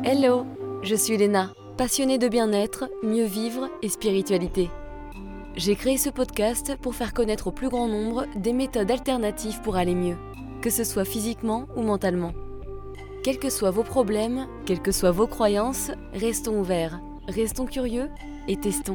Hello, je suis Léna, passionnée de bien-être, mieux vivre et spiritualité. J'ai créé ce podcast pour faire connaître au plus grand nombre des méthodes alternatives pour aller mieux, que ce soit physiquement ou mentalement. Quels que soient vos problèmes, quelles que soient vos croyances, restons ouverts, restons curieux et testons.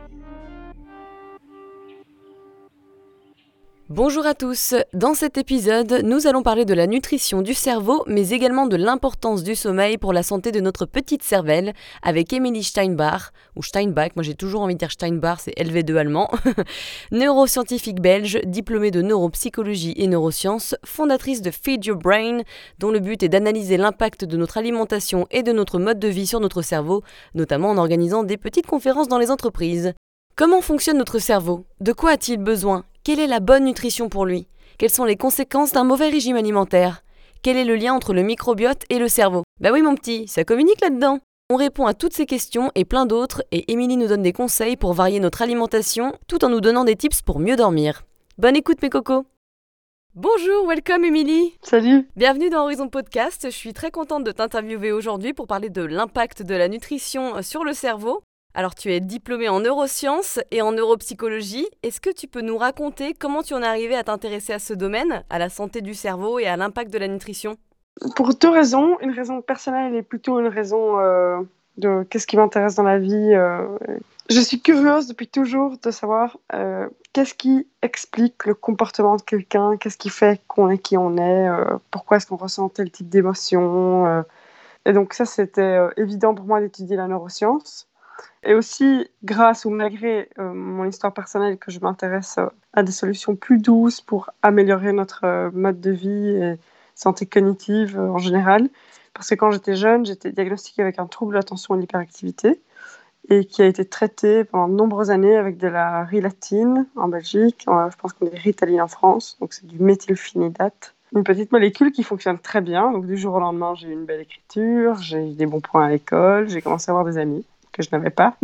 Bonjour à tous, dans cet épisode, nous allons parler de la nutrition du cerveau, mais également de l'importance du sommeil pour la santé de notre petite cervelle, avec Émilie Steinbach, ou Steinbach, moi j'ai toujours envie de dire Steinbach, c'est LV2 allemand, neuroscientifique belge, diplômée de neuropsychologie et neurosciences, fondatrice de Feed Your Brain, dont le but est d'analyser l'impact de notre alimentation et de notre mode de vie sur notre cerveau, notamment en organisant des petites conférences dans les entreprises. Comment fonctionne notre cerveau ? De quoi a-t-il besoin ? Quelle est la bonne nutrition pour lui ? Quelles sont les conséquences d'un mauvais régime alimentaire ? Quel est le lien entre le microbiote et le cerveau ? Bah oui mon petit, ça communique là-dedans. On répond à toutes ces questions et plein d'autres, et Émilie nous donne des conseils pour varier notre alimentation, tout en nous donnant des tips pour mieux dormir. Bonne écoute mes cocos. Bonjour, welcome Émilie. Salut. Bienvenue dans Horizon Podcast, je suis très contente de t'interviewer aujourd'hui pour parler de l'impact de la nutrition sur le cerveau. Alors tu es diplômée en neurosciences et en neuropsychologie. Est-ce que tu peux nous raconter comment tu en es arrivée à t'intéresser à ce domaine, à la santé du cerveau et à l'impact de la nutrition ? Pour deux raisons. Une raison personnelle et plutôt une raison de qu'est-ce qui m'intéresse dans la vie. Je suis curieuse depuis toujours de savoir qu'est-ce qui explique le comportement de quelqu'un, qu'est-ce qui fait qu'on est qui on est, pourquoi est-ce qu'on ressent tel type d'émotion. Et donc ça, c'était évident pour moi d'étudier la neuroscience. Et aussi, grâce ou malgré mon histoire personnelle, que je m'intéresse à des solutions plus douces pour améliorer notre mode de vie et santé cognitive en général. Parce que quand j'étais jeune, j'étais diagnostiquée avec un trouble d'attention et l'hyperactivité et qui a été traité pendant de nombreuses années avec de la rilatine en Belgique. Je pense qu'on dit Ritaline en France, donc c'est du méthylphénidate. Une petite molécule qui fonctionne très bien. Donc du jour au lendemain, j'ai eu une belle écriture, j'ai eu des bons points à l'école, j'ai commencé à avoir des amis que je n'avais pas.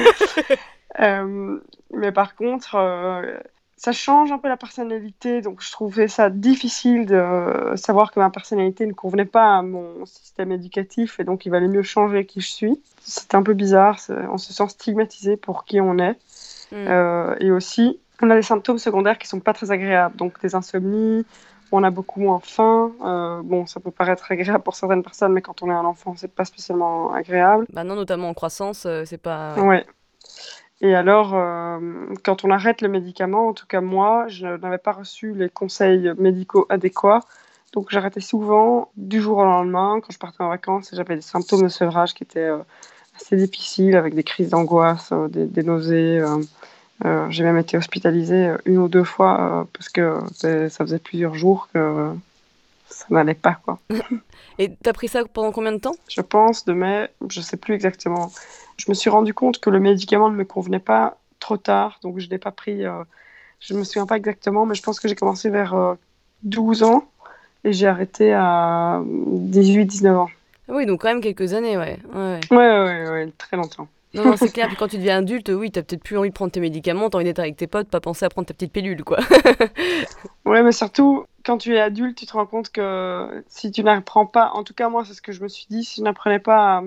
Mais par contre, ça change un peu la personnalité, donc je trouvais ça difficile de savoir que ma personnalité ne convenait pas à mon système éducatif et donc il valait mieux changer qui je suis. C'était un peu bizarre, on se sent stigmatisé pour qui on est. Et aussi, on a des symptômes secondaires qui sont pas très agréables, donc des insomnies, on a beaucoup moins faim. Bon, ça peut paraître agréable pour certaines personnes, mais quand on est un enfant, c'est pas spécialement agréable. Bah non, notamment en croissance, c'est pas... Ouais. Et alors, quand on arrête le médicament, en tout cas moi, je n'avais pas reçu les conseils médicaux adéquats. Donc j'arrêtais souvent du jour au lendemain quand je partais en vacances et j'avais des symptômes de sevrage qui étaient assez difficiles avec des crises d'angoisse, des nausées. J'ai même été hospitalisée une ou deux fois parce que ça faisait plusieurs jours que ça n'allait pas, quoi. Et t'as pris ça pendant combien de temps ? Je pense de mai, je sais plus exactement. Je me suis rendu compte que le médicament ne me convenait pas trop tard, donc je l'ai pas pris. Je me souviens pas exactement, mais je pense que j'ai commencé vers 12 ans et j'ai arrêté à 18-19 ans. Oui, donc quand même quelques années, ouais. Ouais, très longtemps. Non, c'est clair. Puis quand tu deviens adulte, oui, t'as peut-être plus envie de prendre tes médicaments, t'as envie d'être avec tes potes, pas penser à prendre ta petite pilule, quoi. Ouais, mais surtout, quand tu es adulte, tu te rends compte que si tu n'apprends pas, en tout cas moi, c'est ce que je me suis dit, si je n'apprenais pas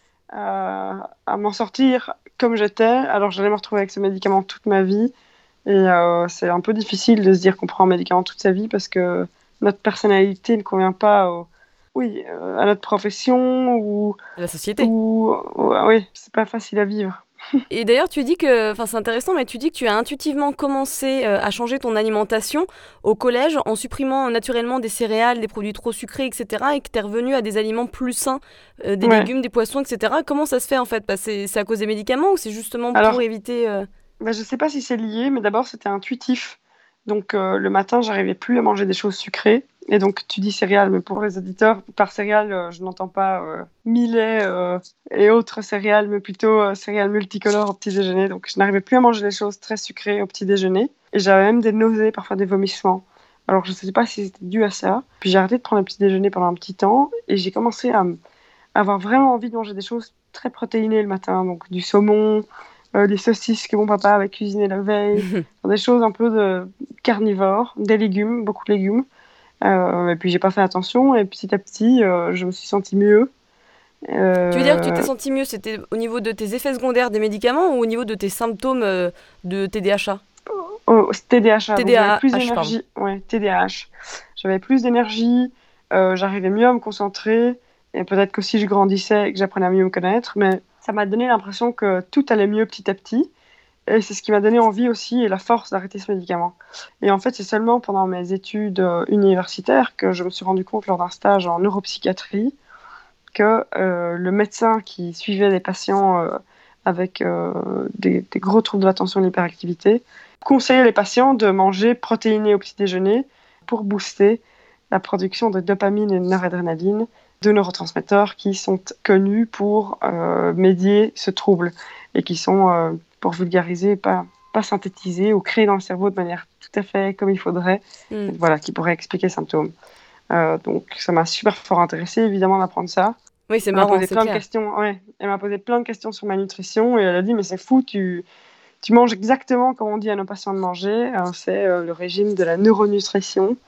à m'en sortir comme j'étais, alors j'allais me retrouver avec ce médicament toute ma vie. Et c'est un peu difficile de se dire qu'on prend un médicament toute sa vie parce que notre personnalité ne convient pas à notre profession ou La société. oui, c'est pas facile à vivre. Et d'ailleurs, tu dis que, enfin c'est intéressant, mais tu dis que tu as intuitivement commencé à changer ton alimentation au collège en supprimant naturellement des céréales, des produits trop sucrés, etc. et que tu es revenu à des aliments plus sains, des légumes, des poissons, etc. Comment ça se fait en fait ? C'est à cause des médicaments ou c'est justement pour Alors, éviter... je sais pas si c'est lié, mais d'abord c'était intuitif. Donc le matin, j'arrivais plus à manger des choses sucrées. Et donc tu dis céréales, mais pour les auditeurs, par céréales, je n'entends pas millet et autres céréales, mais plutôt céréales multicolores au petit déjeuner. Donc je n'arrivais plus à manger des choses très sucrées au petit déjeuner. Et j'avais même des nausées, parfois des vomissements. Alors je ne sais pas si c'était dû à ça. Puis j'ai arrêté de prendre le petit déjeuner pendant un petit temps et j'ai commencé à avoir vraiment envie de manger des choses très protéinées le matin. Donc du saumon, des saucisses que mon papa avait cuisinées la veille, des choses un peu de carnivore, des légumes, beaucoup de légumes. Et puis j'ai pas fait attention et petit à petit, je me suis sentie mieux. Tu veux dire que tu t'es Euh, senti mieux, c'était au niveau de tes effets secondaires des médicaments ou au niveau de tes symptômes de TDAH? Au TDAH, donc j'avais plus TDAH, pardon. d'énergie. Ouais, TDAH. J'avais plus d'énergie, j'arrivais mieux à me concentrer, et peut-être que si je grandissais et que j'apprenais à mieux me connaître, mais ça m'a donné l'impression que tout allait mieux petit à petit. Et c'est ce qui m'a donné envie aussi et la force d'arrêter ce médicament. Et en fait, c'est seulement pendant mes études universitaires que je me suis rendu compte lors d'un stage en neuropsychiatrie que le médecin qui suivait des patients avec des gros troubles de l'attention et de l'hyperactivité conseillait les patients de manger protéiné au petit déjeuner pour booster la production de dopamine et de noradrénaline, deux neurotransmetteurs qui sont connus pour médier ce trouble et qui sont, pour vulgariser, pas synthétisés ou créés dans le cerveau de manière tout à fait comme il faudrait, Hmm. voilà, qui pourraient expliquer les symptômes. Donc ça m'a super fort intéressée évidemment d'apprendre ça. Oui, c'est Elle m'a marrant, posé c'est plein de clair. questions, ouais. Elle m'a posé plein de questions sur ma nutrition et elle a dit mais c'est fou, tu manges exactement comme on dit à nos patients de manger. C'est le régime de la neuronutrition.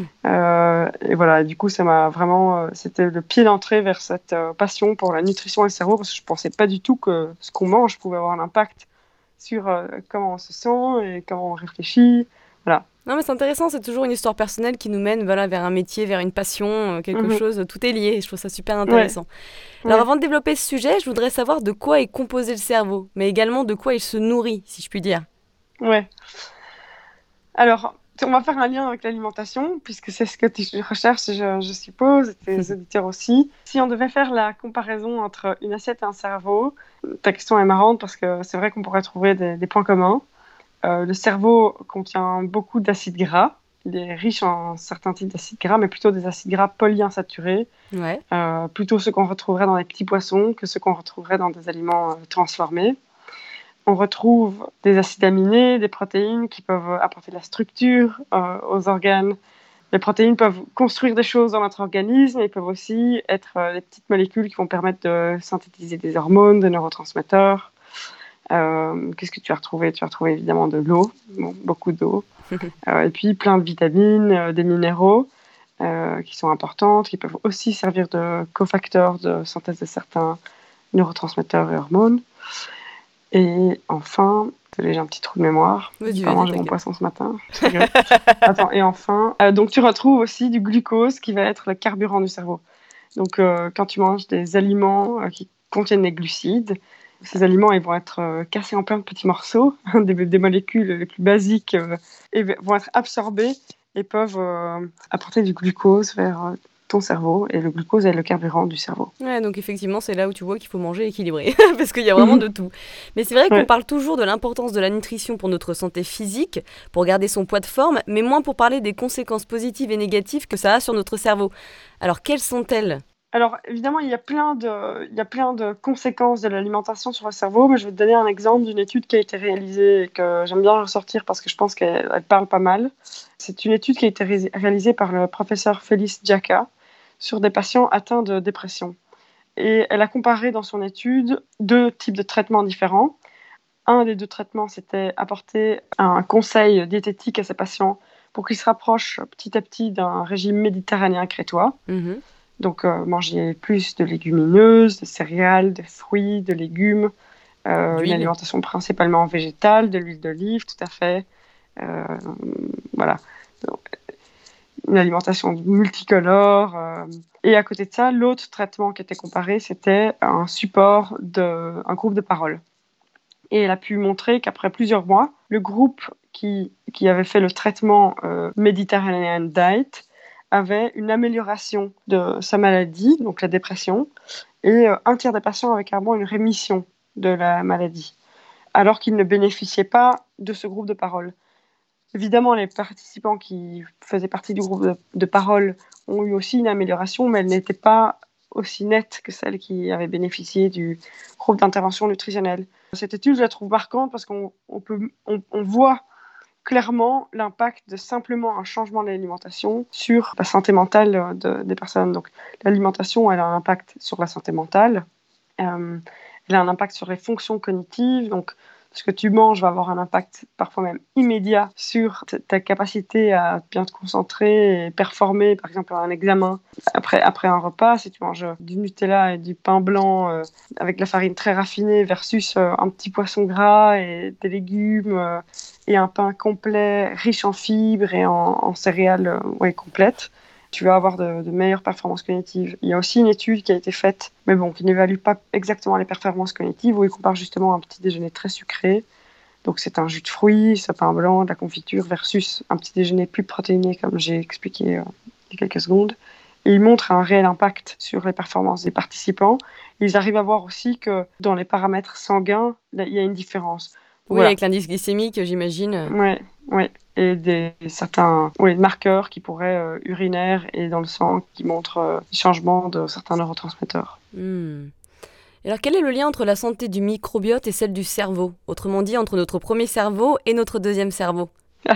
Et voilà, du coup ça m'a vraiment, c'était le pied d'entrée vers cette passion pour la nutrition et le cerveau parce que je pensais pas du tout que ce qu'on mange pouvait avoir un impact sur comment on se sent et comment on réfléchit. Voilà. Non, mais c'est intéressant, c'est toujours une histoire personnelle qui nous mène voilà, vers un métier, vers une passion, quelque Mhm. chose, tout est lié, et je trouve ça super Ouais, intéressant. Alors ouais, avant de développer ce sujet, je voudrais savoir de quoi est composé le cerveau, mais également de quoi il se nourrit, si je puis dire. ouais. Alors, on va faire un lien avec l'alimentation, puisque c'est ce que tu recherches, je suppose, et tes auditeurs aussi. Si on devait faire la comparaison entre une assiette et un cerveau, ta question est marrante parce que c'est vrai qu'on pourrait trouver des points communs. Le cerveau contient beaucoup d'acides gras. Il est riche en certains types d'acides gras, mais plutôt des acides gras polyinsaturés, Ouais. plutôt ceux qu'on retrouverait dans les petits poissons que ceux qu'on retrouverait dans des aliments transformés. On retrouve des acides aminés, des protéines qui peuvent apporter de la structure aux organes. Les protéines peuvent construire des choses dans notre organisme et peuvent aussi être des petites molécules qui vont permettre de synthétiser des hormones, des neurotransmetteurs. Qu'est-ce que tu as retrouvé? Tu as retrouvé évidemment de l'eau, bon, beaucoup d'eau, et puis plein de vitamines, des minéraux qui sont importantes, qui peuvent aussi servir de cofacteurs de synthèse de certains neurotransmetteurs et hormones. Et enfin, désolé, j'ai un petit trou de mémoire. J'ai Vas-y, pas vas-y, mangé mon t'inquiète. poisson ce matin. Je regrette. Attends, et enfin, donc tu retrouves aussi du glucose qui va être le carburant du cerveau. Donc quand tu manges des aliments qui contiennent des glucides, ces aliments ils vont être cassés en plein de petits morceaux, des molécules les plus basiques, et vont être absorbées et peuvent apporter du glucose vers ton cerveau. Et le glucose est le carburant du cerveau. Ouais, donc effectivement, c'est là où tu vois qu'il faut manger équilibré, parce qu'il y a vraiment de tout. Mais c'est vrai qu'on Ouais. parle toujours de l'importance de la nutrition pour notre santé physique, pour garder son poids de forme, mais moins pour parler des conséquences positives et négatives que ça a sur notre cerveau. Alors, quelles sont-elles? Alors, évidemment, il y a plein de conséquences de l'alimentation sur le cerveau, mais je vais te donner un exemple d'une étude qui a été réalisée et que j'aime bien ressortir parce que je pense qu'elle parle pas mal. C'est une étude qui a été réalisée par le professeur Félix Jacka sur des patients atteints de dépression. Et elle a comparé dans son étude deux types de traitements différents. Un des deux traitements, c'était apporter un conseil diététique à ces patients pour qu'ils se rapprochent petit à petit d'un régime méditerranéen crétois. Mhm. Donc, manger plus de légumineuses, de céréales, de fruits, de légumes, une D'huile. alimentation principalement végétale, de l'huile d'olive, tout à fait. Euh, voilà. Donc, une alimentation multicolore. Et à côté de ça, l'autre traitement qui était comparé, c'était un support un groupe de parole. Et elle a pu montrer qu'après plusieurs mois, le groupe qui avait fait le traitement Mediterranean Diet avait une amélioration de sa maladie, donc la dépression, et un tiers des patients avaient carrément une rémission de la maladie, alors qu'ils ne bénéficiaient pas de ce groupe de parole. Évidemment, les participants qui faisaient partie du groupe de parole ont eu aussi une amélioration, mais elle n'était pas aussi nette que celles qui avaient bénéficié du groupe d'intervention nutritionnelle. Cette étude, je la trouve marquante parce on voit clairement l'impact de simplement un changement d'alimentation sur la santé mentale des personnes. Donc, l'alimentation, elle a un impact sur la santé mentale, elle a un impact sur les fonctions cognitives, donc ce que tu manges va avoir un impact parfois même immédiat sur ta capacité à bien te concentrer et performer, par exemple, à un examen. Après un repas, si tu manges du Nutella et du pain blanc avec de la farine très raffinée versus un petit poisson gras et des légumes et un pain complet, riche en fibres et en céréales complètes, tu vas avoir de meilleures performances cognitives. Il y a aussi une étude qui a été faite, mais bon, qui n'évalue pas exactement les performances cognitives, où il compare justement un petit déjeuner très sucré. Donc c'est un jus de fruits, ce pain blanc, de la confiture, versus un petit déjeuner plus protéiné, comme j'ai expliqué il y a quelques secondes. Et il montre un réel impact sur les performances des participants. Ils arrivent à voir aussi que dans les paramètres sanguins, il y a une différence. Oui, Voilà. avec l'indice glycémique, j'imagine. Ouais. Et certains marqueurs qui pourraient urinaires et dans le sang qui montrent des changements de certains neurotransmetteurs. Et alors, quel est le lien entre la santé du microbiote et celle du cerveau? Autrement dit, entre notre premier cerveau et notre deuxième cerveau?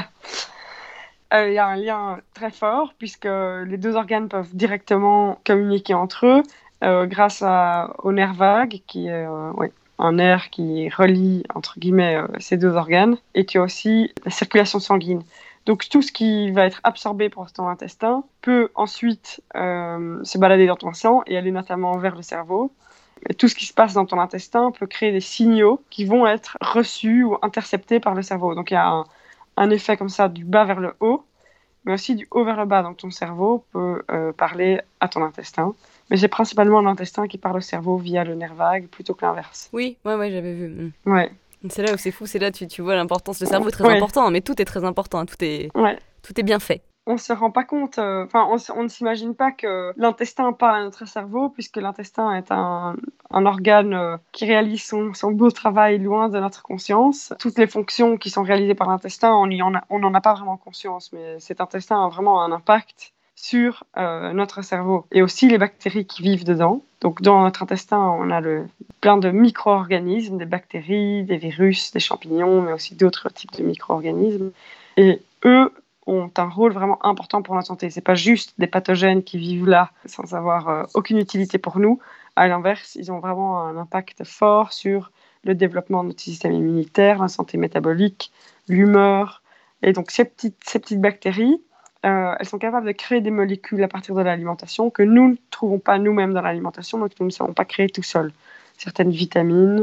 Il y a un lien très fort puisque les deux organes peuvent directement communiquer entre eux grâce au nerf vague qui est un nerf qui relie entre guillemets ces deux organes, et tu as aussi la circulation sanguine. Donc tout ce qui va être absorbé par ton intestin peut ensuite se balader dans ton sang et aller notamment vers le cerveau. Et tout ce qui se passe dans ton intestin peut créer des signaux qui vont être reçus ou interceptés par le cerveau. Donc il y a un effet comme ça du bas vers le haut, mais aussi du haut vers le bas. Donc ton cerveau peut parler à ton intestin. Mais c'est principalement l'intestin qui parle au cerveau via le nerf vague plutôt que l'inverse. Oui, j'avais vu. Ouais. C'est là où c'est fou, c'est là tu vois l'importance. Le cerveau est très important, hein, mais tout est très important, tout est bien fait. On se rend pas compte, on ne s'imagine pas que l'intestin parle à notre cerveau, puisque l'intestin est un organe qui réalise son beau travail loin de notre conscience. Toutes les fonctions qui sont réalisées par l'intestin, on n'en a pas vraiment conscience, mais cet intestin a vraiment un impact sur notre cerveau et aussi les bactéries qui vivent dedans. Donc dans notre intestin, on a plein de micro-organismes, des bactéries, des virus, des champignons, mais aussi d'autres types de micro-organismes. Et eux ont un rôle vraiment important pour notre santé. C'est pas juste des pathogènes qui vivent là sans avoir aucune utilité pour nous. À l'inverse, ils ont vraiment un impact fort sur le développement de notre système immunitaire, la santé métabolique, l'humeur. Et donc ces petites bactéries, elles sont capables de créer des molécules à partir de l'alimentation que nous ne trouvons pas nous-mêmes dans l'alimentation, donc nous ne savons pas créer tout seuls. Certaines vitamines,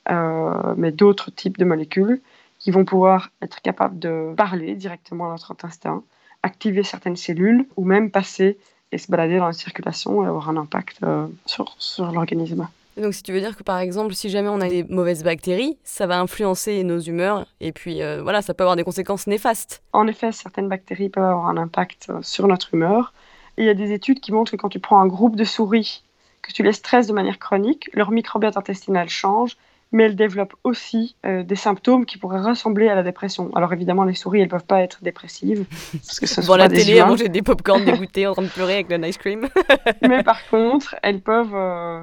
mais d'autres types de molécules qui vont pouvoir être capables de parler directement à notre intestin, activer certaines cellules, ou même passer et se balader dans la circulation et avoir un impact sur l'organisme. Et donc, si tu veux dire que, par exemple, si jamais on a des mauvaises bactéries, ça va influencer nos humeurs, et puis ça peut avoir des conséquences néfastes. En effet, certaines bactéries peuvent avoir un impact sur notre humeur. Et il y a des études qui montrent que quand tu prends un groupe de souris, que tu les stresses de manière chronique, leur microbiote intestinal change, mais elles développent aussi des symptômes qui pourraient ressembler à la dépression. Alors évidemment, les souris, elles ne peuvent pas être dépressives, parce que ce sont la pas télé, des humains. À manger des pop-corn dégoûtés, en train de pleurer avec le ice cream. Mais par contre, elles peuvent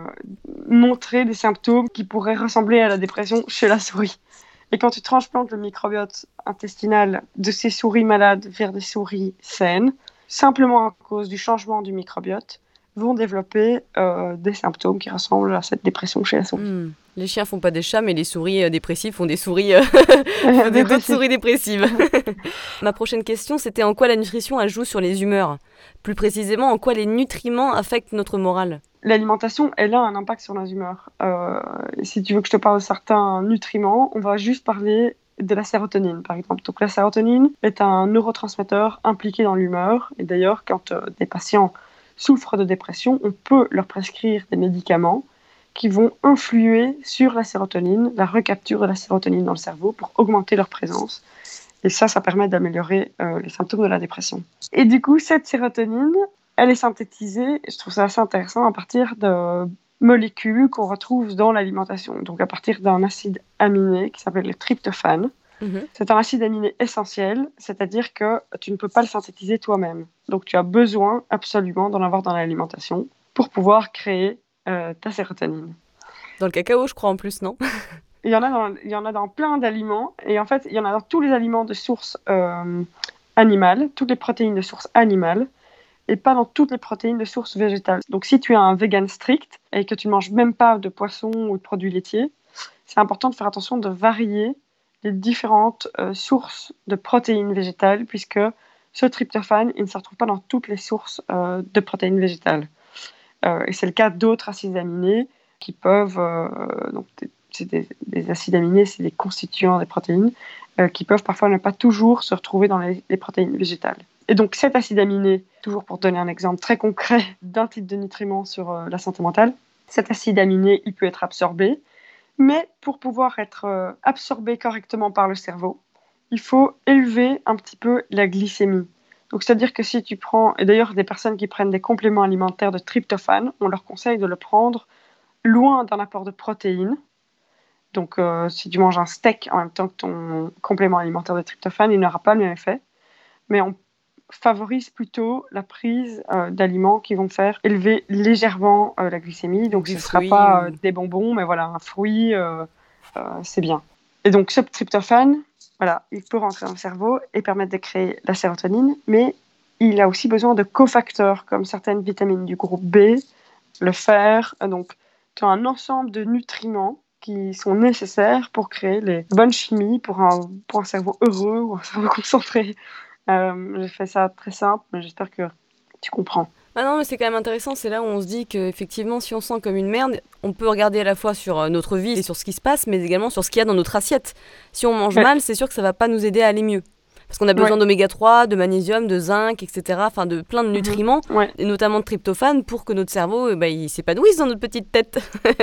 montrer des symptômes qui pourraient ressembler à la dépression chez la souris. Et quand tu transplantes le microbiote intestinal de ces souris malades vers des souris saines, simplement à cause du changement du microbiote, vont développer des symptômes qui ressemblent à cette dépression chez la souris. Les chiens font pas des chats, mais les souris dépressives font des souris, d'autres souris dépressives. Ma prochaine question, c'était en quoi la nutrition elle joue sur les humeurs. Plus précisément, en quoi les nutriments affectent notre morale. L'alimentation, elle a un impact sur nos humeurs. Si tu veux que je te parle de certains nutriments, on va juste parler de la sérotonine, par exemple. Donc la sérotonine est un neurotransmetteur impliqué dans l'humeur. Et d'ailleurs, quand des patients souffrent de dépression, on peut leur prescrire des médicaments qui vont influer sur la sérotonine, la recapture de la sérotonine dans le cerveau pour augmenter leur présence. Et ça permet d'améliorer les symptômes de la dépression. Et du coup, cette sérotonine, elle est synthétisée, et je trouve ça assez intéressant, à partir de molécules qu'on retrouve dans l'alimentation. Donc à partir d'un acide aminé qui s'appelle le tryptophane. C'est un acide aminé essentiel, c'est-à-dire que tu ne peux pas le synthétiser toi-même. Donc tu as besoin absolument d'en avoir dans l'alimentation pour pouvoir créer ta sérotonine. Dans le cacao, je crois en plus, non? Il y en a dans plein d'aliments, et en fait, il y en a dans tous les aliments de source animale, toutes les protéines de source animale, et pas dans toutes les protéines de source végétale. Donc si tu es un vegan strict et que tu ne manges même pas de poisson ou de produits laitiers, c'est important de faire attention de varier les différentes sources de protéines végétales, puisque ce tryptophane, il ne se retrouve pas dans toutes les sources de protéines végétales. Et c'est le cas d'autres acides aminés qui peuvent, donc c'est des acides aminés, c'est des constituants des protéines, qui peuvent parfois ne pas toujours se retrouver dans les protéines végétales. Et donc cet acide aminé, toujours pour donner un exemple très concret d'un type de nutriment sur la santé mentale, cet acide aminé, il peut être absorbé, mais pour pouvoir être absorbé correctement par le cerveau, il faut élever un petit peu la glycémie. Donc, c'est-à-dire que si tu prends, et d'ailleurs des personnes qui prennent des compléments alimentaires de tryptophane, on leur conseille de le prendre loin d'un apport de protéines. Donc, si tu manges un steak en même temps que ton complément alimentaire de tryptophane, il n'aura pas le même effet. Mais on favorise plutôt la prise d'aliments qui vont faire élever légèrement la glycémie. Donc, ce ne sera pas des bonbons, mais voilà, un fruit, c'est bien. Et donc, ce tryptophane, voilà, il peut rentrer dans le cerveau et permettre de créer la sérotonine, mais il a aussi besoin de cofacteurs comme certaines vitamines du groupe B, le fer. Donc, tu as un ensemble de nutriments qui sont nécessaires pour créer les bonnes chimies pour un cerveau heureux ou un cerveau concentré. J'ai fait ça très simple, mais j'espère que tu comprends. Ah non, mais c'est quand même intéressant, c'est là où on se dit qu'effectivement, si on sent comme une merde, on peut regarder à la fois sur notre vie et sur ce qui se passe, mais également sur ce qu'il y a dans notre assiette. Si on mange mal, c'est sûr que ça va pas nous aider à aller mieux. Parce qu'on a besoin d'oméga 3, de magnésium, de zinc, etc. Enfin, de plein de nutriments, et notamment de tryptophane, pour que notre cerveau il s'épanouisse dans notre petite tête.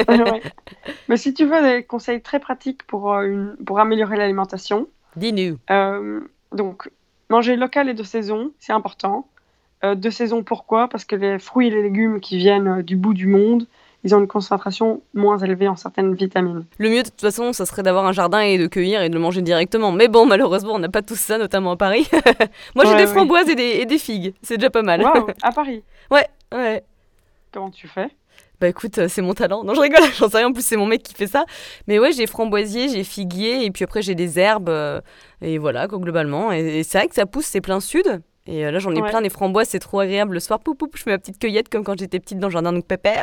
Mais si tu veux des conseils très pratiques pour améliorer l'alimentation, dis-nous. Donc, manger local et de saison, c'est important. De saison, pourquoi ? Parce que les fruits et les légumes qui viennent du bout du monde, ils ont une concentration moins élevée en certaines vitamines. Le mieux, de toute façon, ça serait d'avoir un jardin et de cueillir et de le manger directement. Mais bon, malheureusement, on n'a pas tout ça, notamment à Paris. Moi, j'ai des framboises et des figues. C'est déjà pas mal. Waouh, à Paris ? Ouais. Comment tu fais ? Bah écoute, c'est mon talent. Non, je rigole, j'en sais rien. En plus, c'est mon mec qui fait ça. Mais ouais, j'ai framboisier, j'ai figuier, et puis après, j'ai des herbes. Et voilà, quoi, globalement. Et c'est vrai que ça pousse, c'est plein sud. Et là, j'en ai plein des framboises, c'est trop agréable. Le soir, poup, je fais ma petite cueillette comme quand j'étais petite dans le jardin de pépère.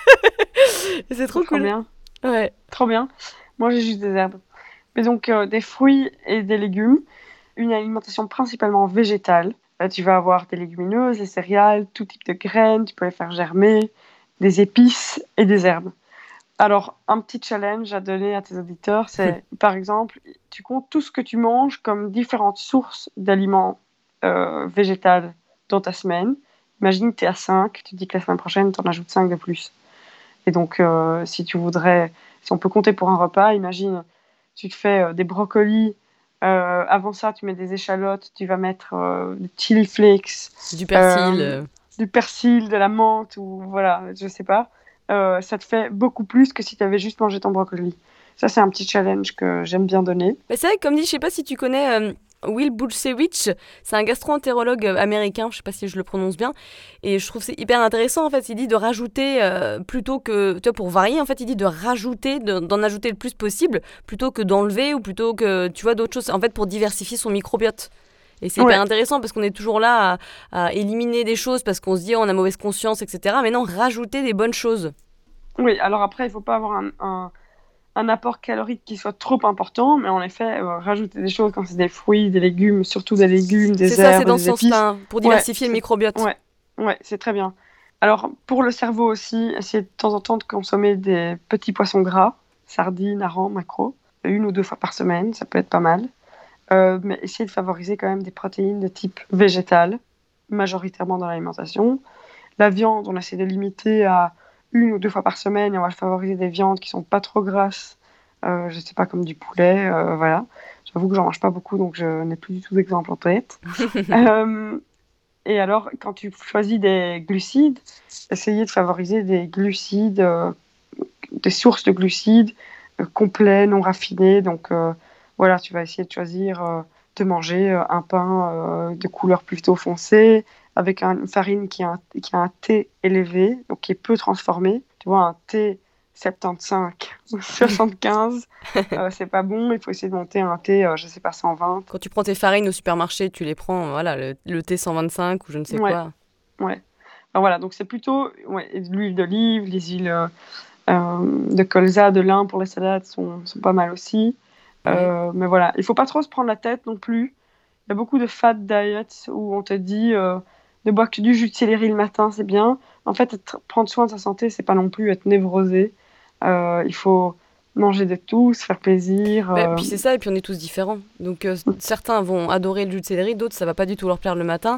Et c'est trop cool. Bien. Ouais. Trop bien. Moi, j'ai juste des herbes. Mais donc, des fruits et des légumes. Une alimentation principalement végétale. Tu vas avoir des légumineuses, des céréales, tout type de graines. Tu peux les faire germer, des épices et des herbes. Alors, un petit challenge à donner à tes auditeurs, c'est, par exemple, tu comptes tout ce que tu manges comme différentes sources d'aliments végétales dans ta semaine. Imagine que tu es à 5, tu te dis que la semaine prochaine, tu en ajoutes 5 de plus. Et donc, si on peut compter pour un repas, imagine, tu te fais des brocolis, avant ça, tu mets des échalotes, tu vas mettre des chili flakes, du persil, de la menthe, ou voilà, je sais pas. Ça te fait beaucoup plus que si tu avais juste mangé ton brocoli. Ça, c'est un petit challenge que j'aime bien donner. Mais c'est vrai, comme dit, je sais pas si tu connais Will Bulsiewicz, c'est un gastro-entérologue américain, je sais pas si je le prononce bien, et je trouve c'est hyper intéressant en fait. Il dit de rajouter plutôt que, tu vois, pour varier en fait, il dit de rajouter, d'en ajouter le plus possible plutôt que d'enlever ou plutôt que, tu vois, d'autres choses, en fait, pour diversifier son microbiote. Et c'est hyper intéressant parce qu'on est toujours là à éliminer des choses parce qu'on se dit on a mauvaise conscience, etc. Mais non, rajouter des bonnes choses. Oui, alors après, il faut pas avoir un apport calorique qui soit trop important, mais en effet, rajouter des choses quand c'est des fruits, des légumes, surtout des légumes, des herbes, des épices. C'est ça, c'est dans ce sens-là, pour diversifier le microbiote. Ouais, c'est très bien. Alors, pour le cerveau aussi, essayez de temps en temps de consommer des petits poissons gras, sardines, harengs, maquereaux, 1 ou 2 fois par semaine, ça peut être pas mal. Mais essayez de favoriser quand même des protéines de type végétal, majoritairement dans l'alimentation. La viande, on essaie de limiter à 1 ou 2 fois par semaine et on va favoriser des viandes qui sont pas trop grasses, je sais pas, comme du poulet, voilà. J'avoue que j'en mange pas beaucoup, donc je n'ai plus du tout d'exemple en tête. Et alors, quand tu choisis des glucides, essayez de favoriser des glucides, des sources de glucides complets, non raffinés. Donc voilà, tu vas essayer de choisir de manger un pain de couleur plutôt foncée, avec une farine qui a un T élevé, donc qui est peu transformé. Tu vois, un T 75 ou 75, c'est pas bon. Il faut essayer de monter un T, je sais pas, 120. Quand tu prends tes farines au supermarché, tu les prends, voilà, le T 125 ou je ne sais quoi. Ouais. Alors voilà, donc c'est plutôt de l'huile d'olive, les huiles de colza, de lin pour les salades sont pas mal aussi. Ouais. Mais voilà, il faut pas trop se prendre la tête non plus. Il y a beaucoup de fat diets où on te dit ne bois que du jus de céleri le matin, c'est bien. En fait, prendre soin de sa santé, c'est pas non plus être névrosé. Il faut manger de tout, se faire plaisir. Puis c'est ça, et puis on est tous différents. Donc certains vont adorer le jus de céleri, d'autres ça va pas du tout leur plaire le matin,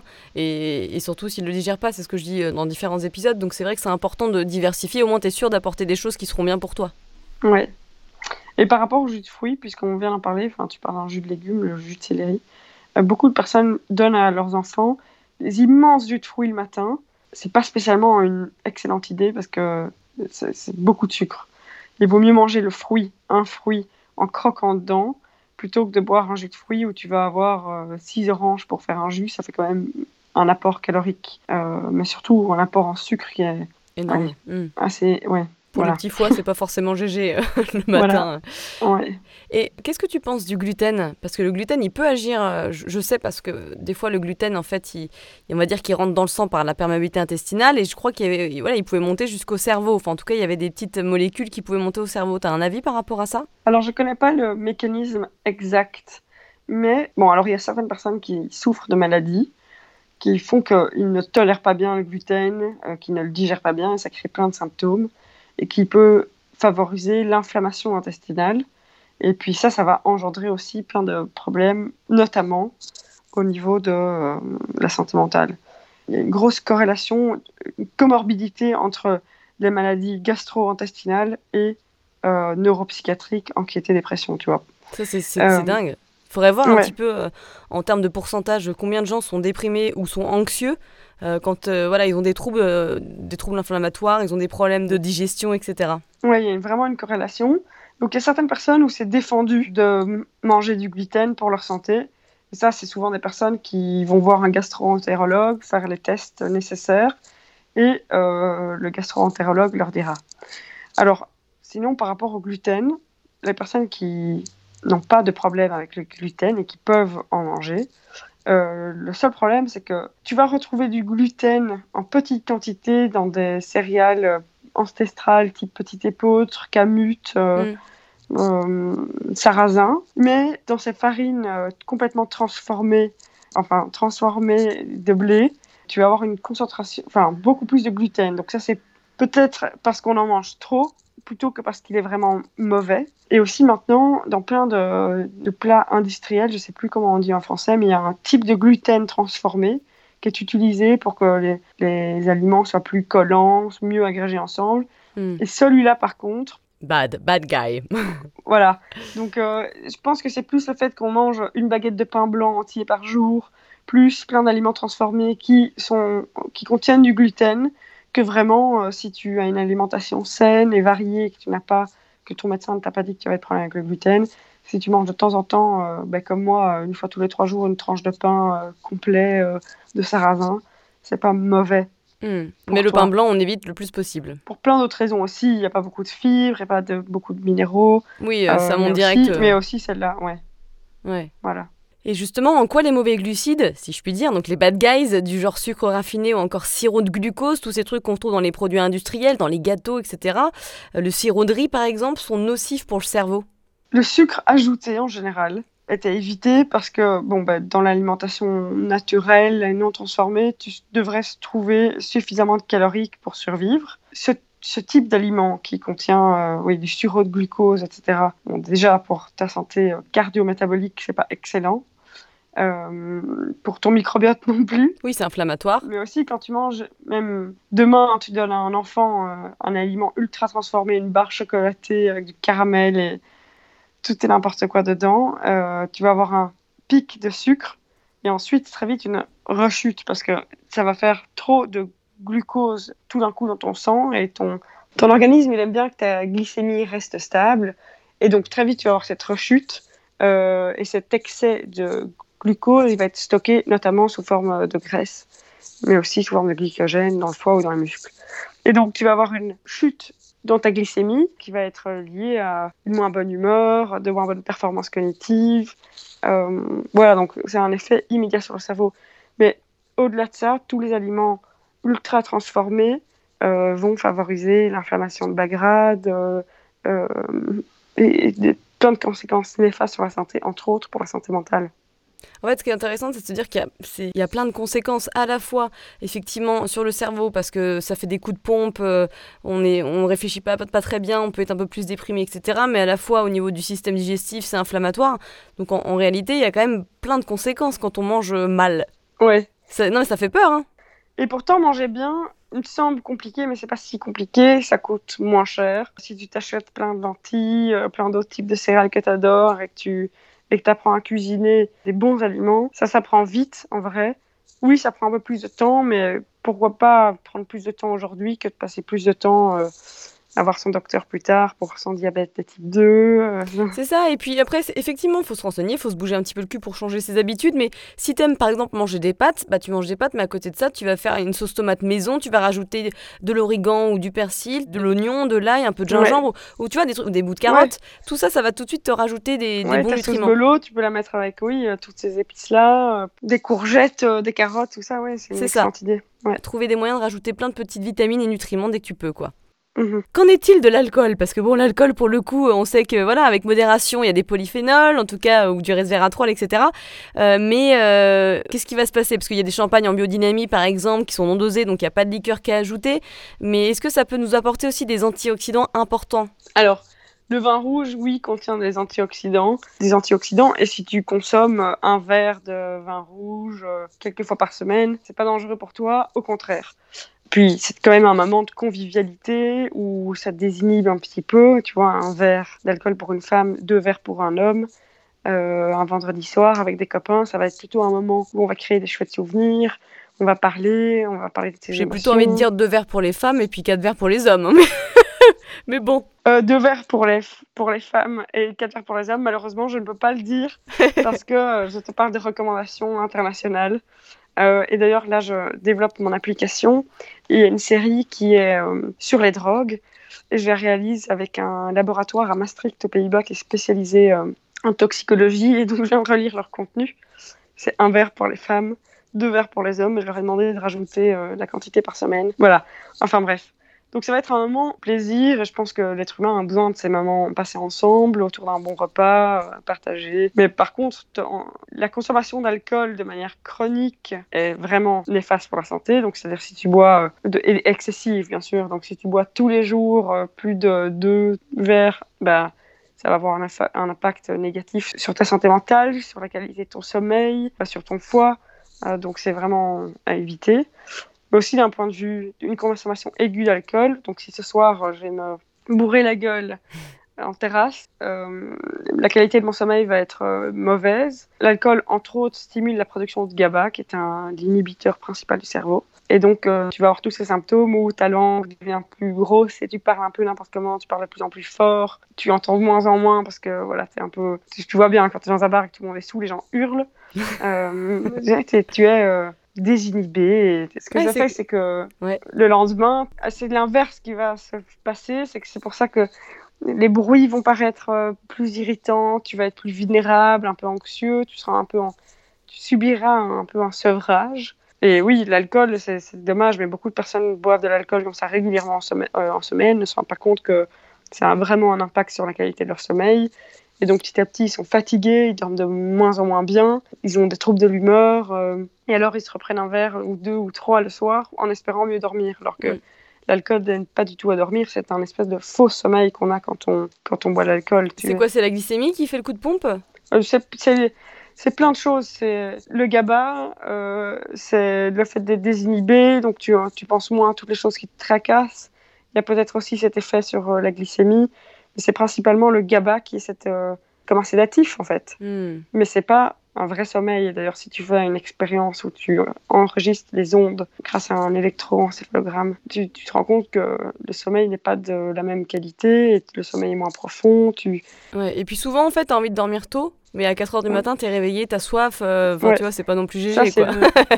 et surtout s'ils le digèrent pas, c'est ce que je dis dans différents épisodes. Donc c'est vrai que c'est important de diversifier, au moins t'es sûr d'apporter des choses qui seront bien pour toi. Ouais. Et par rapport au jus de fruits, puisqu'on vient d'en parler, enfin tu parles d'un jus de légumes, le jus de céleri, beaucoup de personnes donnent à leurs enfants des immenses jus de fruits le matin. C'est pas spécialement une excellente idée parce que c'est beaucoup de sucre. Il vaut mieux manger un fruit en croquant dedans, plutôt que de boire un jus de fruits où tu vas avoir 6 oranges pour faire un jus. Ça fait quand même un apport calorique, mais surtout un apport en sucre qui est Énorme. assez... Ouais, Pour voilà. le petit foie, c'est pas forcément GG le matin. Voilà. Ouais. Et qu'est-ce que tu penses du gluten? Parce que le gluten, il peut agir, je sais, parce que des fois, le gluten, en fait, on va dire qu'il rentre dans le sang par la perméabilité intestinale, et je crois il pouvait monter jusqu'au cerveau. Enfin, en tout cas, il y avait des petites molécules qui pouvaient monter au cerveau. T'as un avis par rapport à ça? Alors, je connais pas le mécanisme exact, mais bon, alors il y a certaines personnes qui souffrent de maladies qui font qu'ils ne tolèrent pas bien le gluten, qu'ils ne le digèrent pas bien, et ça crée plein de symptômes, et qui peut favoriser l'inflammation intestinale. Et puis ça va engendrer aussi plein de problèmes, notamment au niveau de la santé mentale. Il y a une grosse corrélation, une comorbidité entre les maladies gastro-intestinales et neuropsychiatriques, anxiété, dépression, tu vois. Ça, c'est dingue. Il faudrait voir un Ouais. petit peu, en termes de pourcentage, combien de gens sont déprimés ou sont anxieux quand ils ont des troubles inflammatoires, ils ont des problèmes de digestion, etc. Oui, il y a vraiment une corrélation. Donc, il y a certaines personnes où c'est défendu de manger du gluten pour leur santé. Et ça, c'est souvent des personnes qui vont voir un gastro-entérologue, faire les tests nécessaires, et le gastro-entérologue leur dira. Alors, sinon, par rapport au gluten, les personnes qui n'ont pas de problème avec le gluten et qui peuvent en manger, le seul problème, c'est que tu vas retrouver du gluten en petite quantité dans des céréales ancestrales type petit épeautre, camut, sarrasin, mais dans ces farines complètement transformées de blé, tu vas avoir une concentration, enfin beaucoup plus de gluten. Donc ça, c'est peut-être parce qu'on en mange trop, plutôt que parce qu'il est vraiment mauvais. Et aussi maintenant, dans plein de plats industriels, je ne sais plus comment on dit en français, mais il y a un type de gluten transformé qui est utilisé pour que les aliments soient plus collants, mieux agrégés ensemble. Et celui-là, par contre... Bad guy. Voilà. Donc, je pense que c'est plus le fait qu'on mange une baguette de pain blanc entier par jour, plus plein d'aliments transformés qui contiennent du gluten, que vraiment, si tu as une alimentation saine et variée, que ton médecin ne t'a pas dit que tu avais de problème avec le gluten, si tu manges de temps en temps, comme moi, une fois tous les 3 jours, une tranche de pain complet de sarrasin, c'est pas mauvais. Mais le pain blanc, on évite le plus possible. Pour plein d'autres raisons aussi. Il n'y a pas beaucoup de fibres, il n'y a pas beaucoup de minéraux. Oui, ça monte direct. Mais aussi celle-là, ouais. Ouais. Voilà. Et justement, en quoi les mauvais glucides, si je puis dire, donc les bad guys, du genre sucre raffiné ou encore sirop de glucose, tous ces trucs qu'on trouve dans les produits industriels, dans les gâteaux, etc., le sirop de riz par exemple, sont nocifs pour le cerveau? Le sucre ajouté en général est à éviter parce que dans l'alimentation naturelle et non transformée, tu devrais trouver suffisamment de calories pour survivre. Ce type d'aliment qui contient du sirop de glucose, etc., déjà pour ta santé cardio-métabolique, c'est pas excellent. Pour ton microbiote non plus. Oui, c'est inflammatoire. Mais aussi quand tu manges, même demain, tu donnes à un enfant un aliment ultra transformé, une barre chocolatée avec du caramel et tout et n'importe quoi dedans, tu vas avoir un pic de sucre et ensuite très vite une rechute parce que ça va faire trop de glucose tout d'un coup dans ton sang et ton organisme il aime bien que ta glycémie reste stable et donc très vite tu vas avoir cette rechute et cet excès de glucose il va être stocké notamment sous forme de graisse mais aussi sous forme de glycogène dans le foie ou dans les muscles. Et donc tu vas avoir une chute dans ta glycémie qui va être liée à une moins bonne humeur, de moins bonnes performances cognitives. Voilà, donc c'est un effet immédiat sur le cerveau. Mais au-delà de ça, tous les aliments ultra transformés vont favoriser l'inflammation de bas grade euh, et plein de conséquences néfastes sur la santé, entre autres pour la santé mentale. En fait, ce qui est intéressant, c'est de se dire qu'il y a plein de conséquences à la fois, effectivement, sur le cerveau, parce que ça fait des coups de pompe, on réfléchit pas très bien, on peut être un peu plus déprimé, etc. Mais à la fois, au niveau du système digestif, c'est inflammatoire. Donc, en réalité, il y a quand même plein de conséquences quand on mange mal. Ouais. Non, mais ça fait peur, hein. Et pourtant, manger bien, il me semble compliqué, mais c'est pas si compliqué, ça coûte moins cher. Si tu t'achètes plein de lentilles, plein d'autres types de céréales que tu adores et que tu apprends à cuisiner des bons aliments, ça prend vite en vrai. Oui, ça prend un peu plus de temps, mais pourquoi pas prendre plus de temps aujourd'hui que de passer plus de temps à voir son docteur plus tard pour son diabète de type 2. C'est ça, et puis après, effectivement, il faut se renseigner, il faut se bouger un petit peu le cul pour changer ses habitudes, mais si t'aimes par exemple manger des pâtes, bah tu manges des pâtes, mais à côté de ça, tu vas faire une sauce tomate maison, tu vas rajouter de l'origan ou du persil, de l'oignon, de l'ail, un peu de gingembre, ou tu vois, des bouts de carottes. Tout ça, ça va tout de suite te rajouter des bons ta nutriments. sauce bolo, tu peux la mettre avec, toutes ces épices-là, des courgettes, des carottes, tout ça, c'est une excellente idée. Ouais. Trouver des moyens de rajouter plein de petites vitamines et nutriments dès que tu peux, quoi. Mmh. Qu'en est-il de l'alcool ? Parce que bon, l'alcool, pour le coup, on sait que voilà, avec modération, il y a des polyphénols, en tout cas, ou du resveratrol, etc. Mais qu'est-ce qui va se passer ? Parce qu'il y a des champagnes en biodynamie, par exemple, qui sont non dosés, donc il n'y a pas de liqueur qui est ajoutée. Mais est-ce que ça peut nous apporter aussi des antioxydants importants ? Alors, le vin rouge, oui, contient des antioxydants. Et si tu consommes un verre de vin rouge quelques fois par semaine, c'est pas dangereux pour toi, au contraire. Puis, c'est quand même un moment de convivialité où ça te désinhibe un petit peu. Tu vois, un verre d'alcool pour une femme, 2 verres pour un homme. Un vendredi soir avec des copains, ça va être plutôt un moment où on va créer des chouettes souvenirs. On va parler de ses émotions. J'ai plutôt envie de dire 2 verres pour les femmes et puis 4 verres pour les hommes. Hein, mais bon. 2 verres pour les femmes et 4 verres pour les hommes. Malheureusement, je ne peux pas le dire parce que je te parle des recommandations internationales. Et d'ailleurs, là, je développe mon application. Il y a une série qui est sur les drogues. Et je la réalise avec un laboratoire à Maastricht, aux Pays-Bas, qui est spécialisé en toxicologie. Et donc, je viens de relire leur contenu. C'est 1 verre pour les femmes, 2 verres pour les hommes. Et je leur ai demandé de rajouter la quantité par semaine. Voilà. Enfin, bref. Donc ça va être un moment plaisir et je pense que l'être humain a besoin de ces moments passés ensemble autour d'un bon repas, partagé. Mais par contre, la consommation d'alcool de manière chronique est vraiment néfaste pour la santé. Donc c'est-à-dire si tu bois, et excessive bien sûr, donc si tu bois tous les jours plus de 2 verres, bah, ça va avoir un impact négatif sur ta santé mentale, sur la qualité de ton sommeil, sur ton foie. Donc c'est vraiment à éviter. Mais aussi d'un point de vue d'une consommation aiguë d'alcool. Donc si ce soir, je vais me bourrer la gueule en terrasse, la qualité de mon sommeil va être mauvaise. L'alcool, entre autres, stimule la production de GABA, qui est l'inhibiteur principal du cerveau. Et donc, tu vas avoir tous ces symptômes où ta langue devient plus grosse et tu parles un peu n'importe comment, tu parles de plus en plus fort, tu entends de moins en moins parce que voilà, t'es un peu... Tu vois bien, quand tu es dans un bar et que tout le monde est saoul, les gens hurlent. Tu es désinhibé. Et ce que ça fait, c'est que le lendemain, c'est l'inverse qui va se passer. C'est pour ça que les bruits vont paraître plus irritants, tu vas être plus vulnérable, un peu anxieux, tu subiras un peu un sevrage. Et oui, l'alcool, c'est dommage, mais beaucoup de personnes boivent de l'alcool comme ça régulièrement en semaine, ne se rendent pas compte que ça a vraiment un impact sur la qualité de leur sommeil. Et donc, petit à petit, ils sont fatigués, ils dorment de moins en moins bien, ils ont des troubles de l'humeur, et alors ils se reprennent un verre ou 2 ou 3 le soir en espérant mieux dormir, alors que l'alcool n'aide pas du tout à dormir, c'est un espèce de faux sommeil qu'on a quand on boit de l'alcool. C'est quoi, c'est la glycémie qui fait le coup de pompe ? C'est plein de choses. C'est le GABA, c'est le fait d'être désinhibé, donc tu penses moins à toutes les choses qui te tracassent. Il y a peut-être aussi cet effet sur la glycémie, mais c'est principalement le GABA qui est comme un sédatif en fait. Mais c'est pas un vrai sommeil. D'ailleurs, si tu fais une expérience où tu enregistres les ondes grâce à un électroencéphalogramme, tu te rends compte que le sommeil n'est pas de la même qualité, et le sommeil est moins profond. Ouais, et puis souvent, en fait, t'as envie de dormir tôt, mais à 4h du matin, t'es réveillé, t'as soif, tu vois, c'est pas non plus GG, quoi.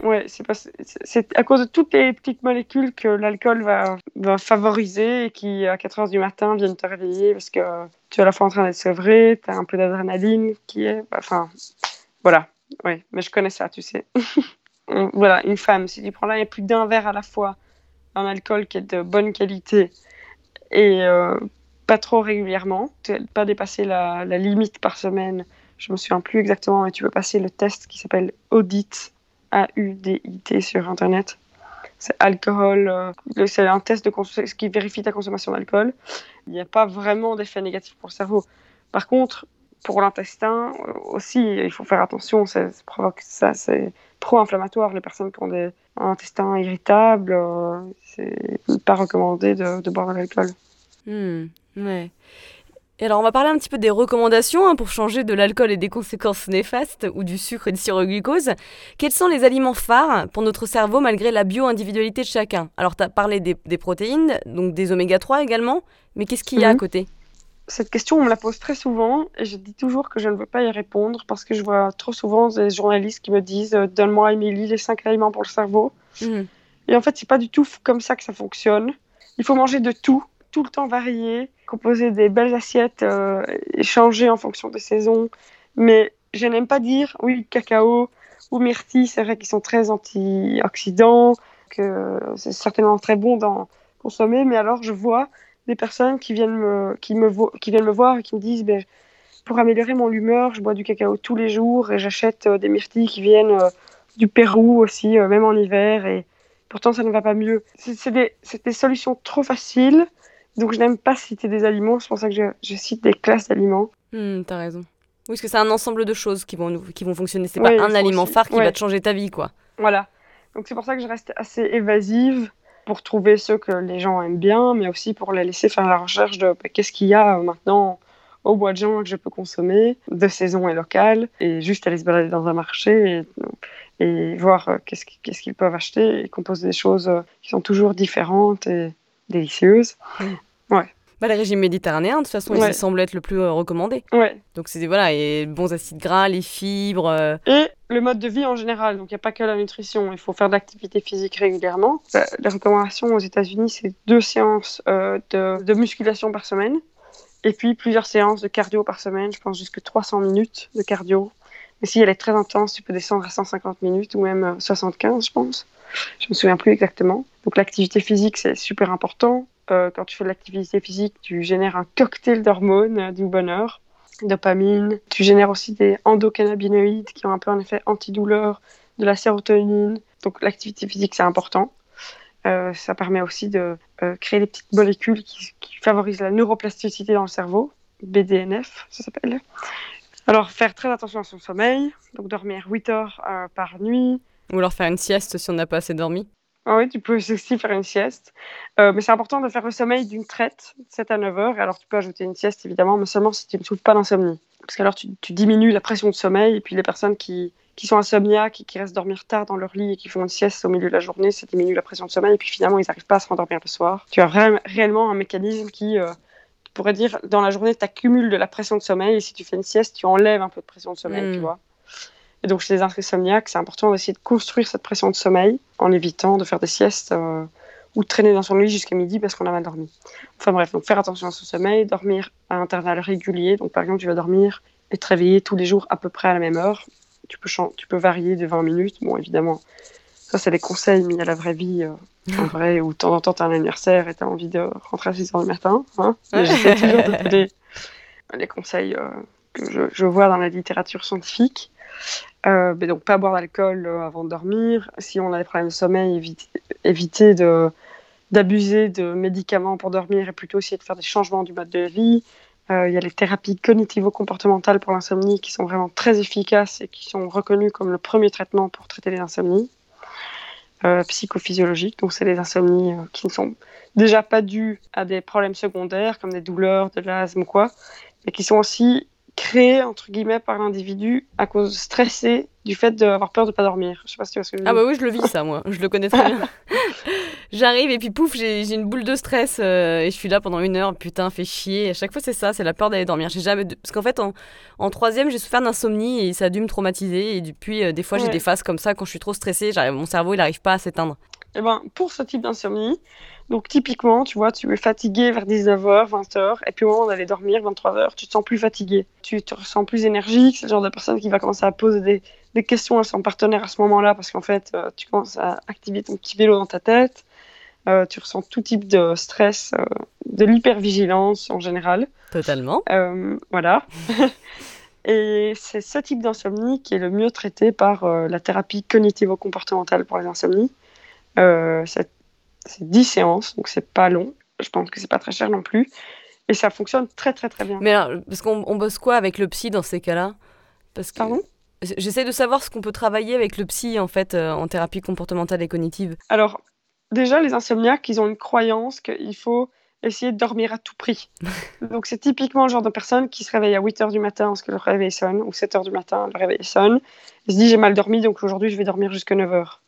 C'est à cause de toutes les petites molécules que l'alcool va favoriser et qui, à 4h du matin, viennent te réveiller parce que tu es à la fois en train d'être sevré, t'as un peu d'adrénaline qui est... Enfin, voilà. Oui, mais je connais ça, tu sais. Voilà, une femme, si tu prends là, il y a plus d'un verre à la fois un alcool qui est de bonne qualité et pas trop régulièrement, pas dépasser la limite par semaine. Je me souviens plus exactement, mais tu peux passer le test qui s'appelle Audit, AUDIT sur Internet. C'est alcool, c'est un test qui vérifie ta consommation d'alcool. Il n'y a pas vraiment d'effet négatif pour le cerveau. Par contre, pour l'intestin aussi, il faut faire attention. C'est pro-inflammatoire. Les personnes qui ont un intestin irritable, c'est pas recommandé de boire de l'alcool. Ouais. Et alors, on va parler un petit peu des recommandations pour changer de l'alcool et des conséquences néfastes ou du sucre et du sirop glucose. Quels sont les aliments phares pour notre cerveau malgré la bio-individualité de chacun? Alors, tu as parlé des protéines, donc des oméga-3 également, mais qu'est-ce qu'il y a à côté? Cette question, on me la pose très souvent et je dis toujours que je ne veux pas y répondre parce que je vois trop souvent des journalistes qui me disent « Donne-moi, Émilie, les 5 aliments pour le cerveau ». Et en fait, c'est pas du tout comme ça que ça fonctionne. Il faut manger de tout le temps varié, composer des belles assiettes et changer en fonction des saisons. Mais je n'aime pas dire, oui, cacao ou myrtille, c'est vrai qu'ils sont très antioxydants, que c'est certainement très bon d'en consommer, mais alors je vois des personnes qui viennent me voir et qui me disent pour améliorer mon humeur, je bois du cacao tous les jours et j'achète des myrtilles qui viennent du Pérou aussi, même en hiver, et pourtant ça ne va pas mieux. C'est des solutions trop faciles, donc je n'aime pas citer des aliments, c'est pour ça que je cite des classes d'aliments. T'as raison. Oui, parce que c'est un ensemble de choses qui vont fonctionner. C'est pas un aliment phare qui va te changer ta vie, quoi. Voilà. Donc c'est pour ça que je reste assez évasive pour trouver ceux que les gens aiment bien, mais aussi pour les laisser faire la recherche de qu'est-ce qu'il y a maintenant au mois de juin que je peux consommer, de saison et local, et juste aller se balader dans un marché et voir qu'est-ce qu'ils peuvent acheter et composer des choses qui sont toujours différentes et délicieuses. Ouais. Les régimes méditerranéens, de toute façon, ils semblent être le plus recommandé. Ouais. Donc, c'est les bons acides gras, les fibres. Et le mode de vie en général. Donc, il n'y a pas que la nutrition. Il faut faire de l'activité physique régulièrement. Les recommandations aux États-Unis, c'est 2 séances de musculation par semaine. Et puis, plusieurs séances de cardio par semaine. Je pense jusque 300 minutes de cardio. Mais si elle est très intense, tu peux descendre à 150 minutes ou même 75, je pense. Je me souviens plus exactement. Donc, l'activité physique, c'est super important. Quand tu fais de l'activité physique, tu génères un cocktail d'hormones du bonheur, dopamine. Tu génères aussi des endocannabinoïdes qui ont un peu un effet antidouleur, de la sérotonine. Donc l'activité physique, c'est important. Ça permet aussi de créer des petites molécules qui favorisent la neuroplasticité dans le cerveau, BDNF, ça s'appelle. Alors, faire très attention à son sommeil, donc dormir 8 heures par nuit. Ou alors faire une sieste si on n'a pas assez dormi. Ah oui, tu peux aussi faire une sieste. Mais c'est important de faire le sommeil d'une traite, 7 à 9 heures. Et alors, tu peux ajouter une sieste, évidemment, mais seulement si tu ne souffres pas d'insomnie. Parce qu'alors, tu diminues la pression de sommeil. Et puis, les personnes qui sont insomniaques et qui restent dormir tard dans leur lit et qui font une sieste au milieu de la journée, ça diminue la pression de sommeil. Et puis, finalement, ils n'arrivent pas à se rendormir le soir. Tu as réellement un mécanisme qui, tu pourrais dire, dans la journée, tu accumules de la pression de sommeil. Et si tu fais une sieste, tu enlèves un peu de pression de sommeil, tu vois. Et donc, chez les insomniaques, c'est important d'essayer de construire cette pression de sommeil en évitant de faire des siestes ou de traîner dans son lit jusqu'à midi parce qu'on a mal dormi. Enfin bref, donc faire attention à son sommeil, dormir à intervalles réguliers. Donc, par exemple, tu vas dormir et te réveiller tous les jours à peu près à la même heure. Tu peux varier de 20 minutes. Bon, évidemment, ça, c'est des conseils mis à la vraie vie, en vrai, où de temps en temps, tu as un anniversaire et tu as envie de rentrer à 6 h du matin. Hein, mais j'essaie toujours de donner les conseils que je vois dans la littérature scientifique. Mais donc pas boire d'alcool avant de dormir. Si on a des problèmes de sommeil, éviter d'abuser de médicaments pour dormir et plutôt essayer de faire des changements du mode de vie. Il y a les thérapies cognitivo-comportementales pour l'insomnie qui sont vraiment très efficaces et qui sont reconnues comme le premier traitement pour traiter les insomnies psychophysiologiques. Donc c'est les insomnies qui ne sont déjà pas dues à des problèmes secondaires comme des douleurs, de l'asthme ou quoi, mais qui sont aussi créé entre guillemets par l'individu à cause stressé du fait d'avoir peur de pas dormir. Je sais pas si tu vois ce que je veux dire. Ah bah oui, je le vis ça moi, je le connais très bien. J'arrive et puis pouf, j'ai une boule de stress et je suis là pendant 1 heure, putain, fait chier. À chaque fois c'est ça, c'est la peur d'aller dormir. Parce qu'en fait en 3e, j'ai souffert d'insomnie et ça a dû me traumatiser et depuis des fois j'ai des phases comme ça quand je suis trop stressée, mon cerveau il arrive pas à s'éteindre. Et ben pour ce type d'insomnie, donc typiquement, tu vois, tu es fatigué vers 19h, 20h, et puis au moment d'aller dormir, 23h, tu te sens plus fatigué. Tu te ressens plus énergique, c'est le genre de personne qui va commencer à poser des questions à son partenaire à ce moment-là, parce qu'en fait, tu commences à activer ton petit vélo dans ta tête. tu ressens tout type de stress, de l'hypervigilance en général. Totalement. Voilà. Et c'est ce type d'insomnie qui est le mieux traité par la thérapie cognitivo-comportementale pour les insomnies. C'est 10 séances, donc c'est pas long. Je pense que c'est pas très cher non plus. Et ça fonctionne très très très bien. Mais alors, parce qu'on bosse quoi avec le psy dans ces cas-là? Parce que Pardon? j'essaie de savoir ce qu'on peut travailler avec le psy en fait en thérapie comportementale et cognitive. Alors, déjà, les insomniaques, ils ont une croyance qu'il faut essayer de dormir à tout prix. Donc, c'est typiquement le genre de personne qui se réveille à 8h du matin parce que le réveil sonne, ou 7h du matin, le réveil sonne. Il se dit, j'ai mal dormi, donc aujourd'hui, je vais dormir jusqu'à 9h.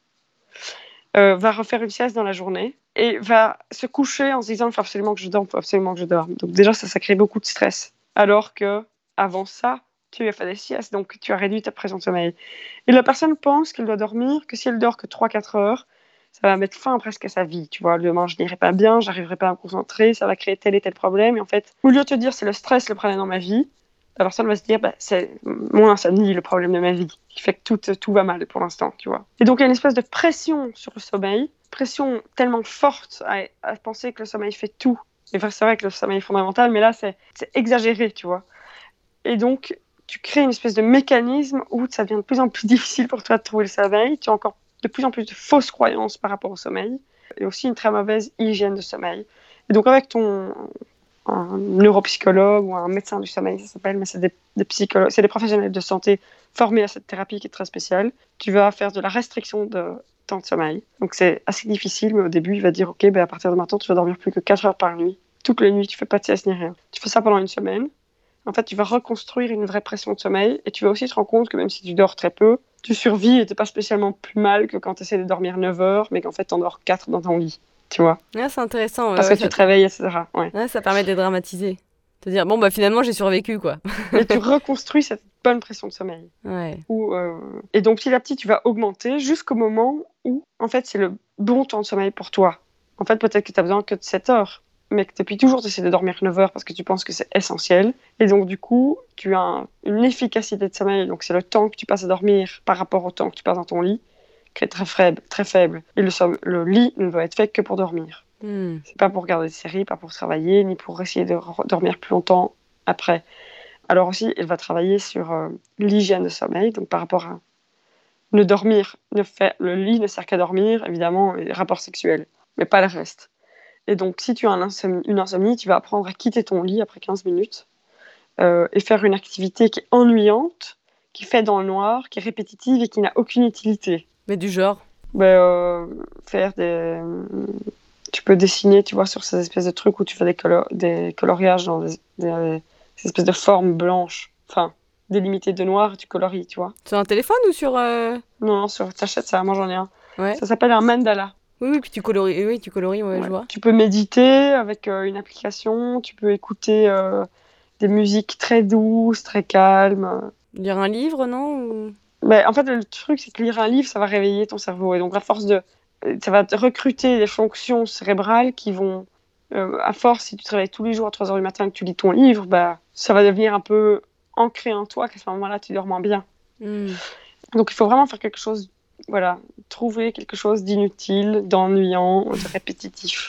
Va refaire une sieste dans la journée et va se coucher en se disant, il faut absolument que je dorme, il faut absolument que je dorme. Donc, déjà, ça crée beaucoup de stress. Alors que avant ça, tu as fait des siestes, donc tu as réduit ta pression de sommeil. Et la personne pense qu'elle doit dormir, que si elle dort que 3-4 heures, ça va mettre fin presque à sa vie, tu vois. Demain, je n'irai pas bien, j'arriverai pas à me concentrer, ça va créer tel et tel problème. Et en fait, au lieu de te dire c'est le stress le problème dans ma vie, la personne va se dire c'est mon insomnie le problème de ma vie, qui fait que tout va mal pour l'instant, tu vois. Et donc, il y a une espèce de pression sur le sommeil, pression tellement forte à penser que le sommeil fait tout. Et c'est vrai que le sommeil est fondamental, mais là, c'est exagéré, tu vois. Et donc, tu crées une espèce de mécanisme où ça devient de plus en plus difficile pour toi de trouver le sommeil. Tu as encore de plus en plus de fausses croyances par rapport au sommeil et aussi une très mauvaise hygiène de sommeil. Et donc avec un neuropsychologue ou un médecin du sommeil, ça s'appelle, mais c'est des psychologues, c'est des professionnels de santé formés à cette thérapie qui est très spéciale. Tu vas faire de la restriction de temps de sommeil. Donc c'est assez difficile, mais au début, il va dire, OK, à partir de maintenant, tu vas dormir plus que 4 heures par nuit. Toutes les nuits, tu fais pas de sieste ni rien. Tu fais ça pendant une semaine. En fait, tu vas reconstruire une vraie pression de sommeil et tu vas aussi te rendre compte que même si tu dors très peu, tu survis et t'es pas spécialement plus mal que quand tu essaies de dormir 9 heures, mais qu'en fait, t'en dors 4 dans ton lit, tu vois. Ouais, c'est intéressant. Parce que tu te réveilles, etc. Ouais. Ouais, ça permet de dédramatiser. Te dire, bon, finalement, j'ai survécu, quoi. Et tu reconstruis cette bonne pression de sommeil. Ouais. Et donc, petit à petit, tu vas augmenter jusqu'au moment où, en fait, c'est le bon temps de sommeil pour toi. En fait, peut-être que tu as besoin que de 7 heures, mais que depuis toujours, tu essaies de dormir 9 heures parce que tu penses que c'est essentiel. Et donc, du coup, tu as une efficacité de sommeil. Donc, c'est le temps que tu passes à dormir par rapport au temps que tu passes dans ton lit, qui est très faible, très faible. Et le lit ne doit être fait que pour dormir. C'est pas pour regarder des séries, pas pour travailler, ni pour essayer de dormir plus longtemps après. Alors aussi, elle va travailler sur l'hygiène de sommeil, donc par rapport à ne dormir, le lit ne sert qu'à dormir, évidemment, et les rapports sexuels, mais pas le reste. Et donc, si tu as une insomnie, tu vas apprendre à quitter ton lit après 15 minutes et faire une activité qui est ennuyante, qui fait dans le noir, qui est répétitive et qui n'a aucune utilité. Mais du genre faire des... Tu peux dessiner, tu vois, sur ces espèces de trucs où tu fais des coloriages dans des espèces de formes blanches, enfin, délimitées de noir, et tu colories, tu vois. Sur un téléphone ou sur... Non, t'achètes ça, moi j'en ai un. Ouais. Ça s'appelle un mandala. Oui, puis tu colories, ouais, je vois. Tu peux méditer avec une application, tu peux écouter des musiques très douces, très calmes. Lire un livre, non En fait, le truc, c'est que lire un livre, ça va réveiller ton cerveau. Et donc, ça va te recruter des fonctions cérébrales qui vont, à force, si tu te réveilles tous les jours à 3 heures du matin et que tu lis ton livre, ça va devenir un peu ancré en toi qu'à ce moment-là, tu dors moins bien. Donc, il faut vraiment faire quelque chose, trouver quelque chose d'inutile, d'ennuyant, de répétitif.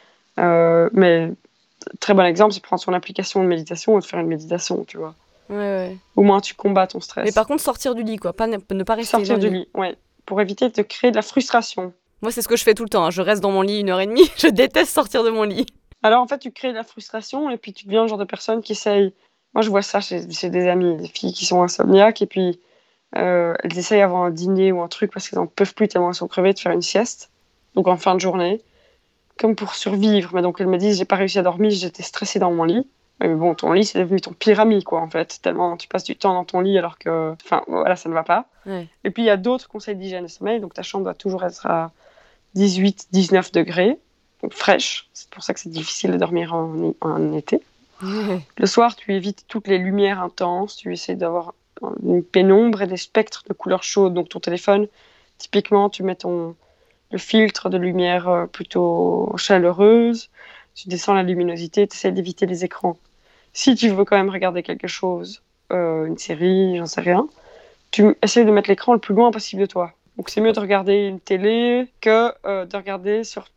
Mais très bon exemple, c'est prendre son application de méditation et de faire une méditation, tu vois. Ouais. Au moins, tu combats ton stress. Mais par contre, sortir du lit, quoi. Ne pas rester sortir du lit, ouais. Pour éviter de créer de la frustration. Moi, c'est ce que je fais tout le temps. Je reste dans mon lit 1h30. Je déteste sortir de mon lit. Alors, en fait, tu crées de la frustration et puis tu deviens le genre de personne qui essaye... Moi, je vois ça chez des amis, des filles qui sont insomniaques et puis elles essayent avant un dîner ou un truc parce qu'elles n'en peuvent plus tellement elles sont crevées de faire une sieste. Donc, en fin de journée, comme pour survivre. Mais donc, elles me disent, j'ai pas réussi à dormir, j'étais stressée dans mon lit. Mais bon, ton lit, c'est devenu ton pire ami, quoi, en fait. Tellement tu passes du temps dans ton lit alors que... Enfin, voilà, ça ne va pas. Ouais. Et puis, il y a d'autres conseils d'hygiène de sommeil. Donc, ta chambre doit toujours être à 18-19 degrés, donc fraîche. C'est pour ça que c'est difficile de dormir en été. Le soir, tu évites toutes les lumières intenses. Tu essaies d'avoir une pénombre et des spectres de couleurs chaudes. Donc, ton téléphone, typiquement, tu mets le filtre de lumière plutôt chaleureuse. Tu descends la luminosité, tu essaies d'éviter les écrans. Si tu veux quand même regarder quelque chose, une série, j'en sais rien, tu essaies de mettre l'écran le plus loin possible de toi. Donc c'est mieux de regarder une télé que de regarder sur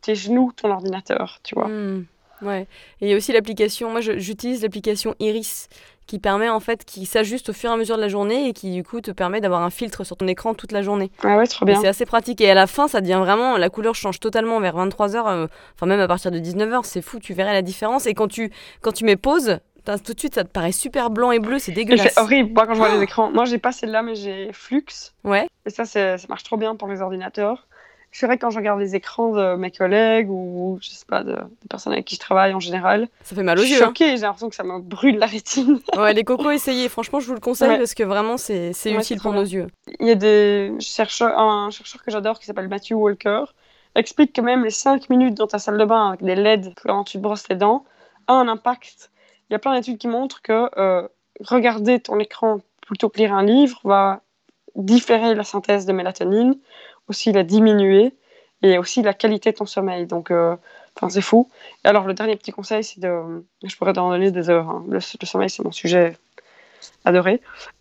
tes genoux ton ordinateur, tu vois. Ouais. Et il y a aussi l'application, moi j'utilise l'application Iris qui permet en fait, qui s'ajuste au fur et à mesure de la journée et qui du coup te permet d'avoir un filtre sur ton écran toute la journée. Ah ouais, trop Et bien. c'est assez pratique. Et à la fin, ça devient vraiment, la couleur change totalement vers 23h, enfin même à partir de 19h, c'est fou, tu verrais la différence. Et quand tu mets pause, tout de suite ça te paraît super blanc et bleu, c'est Et c'est dégueulasse. horrible, moi, quand je vois les écrans. Moi, j'ai pas celle-là, mais j'ai Flux. Ouais. Et ça marche trop bien pour les ordinateurs. C'est vrai que quand je regarde les écrans de mes collègues ou, je sais pas, des personnes avec qui je travaille en général, Ça fait mal je aux suis yeux. choquée, j'ai l'impression que ça me brûle la rétine. Ouais, les cocos, essayez. Franchement, je vous le conseille Ouais. parce que vraiment, c'est Ouais, utile pour bien. nos yeux. Il y a un chercheur que j'adore qui s'appelle Matthew Walker, explique que même les 5 minutes dans ta salle de bain avec des LED quand tu te brosses les dents a un impact. Il y a plein d'études qui montrent que regarder ton écran plutôt que lire un livre va différer la synthèse de mélatonine, aussi la diminuer et aussi la qualité de ton sommeil. Donc, c'est fou. Et alors, le dernier petit conseil, c'est je pourrais t'en donner des heures. Hein. Le sommeil, c'est mon sujet adoré.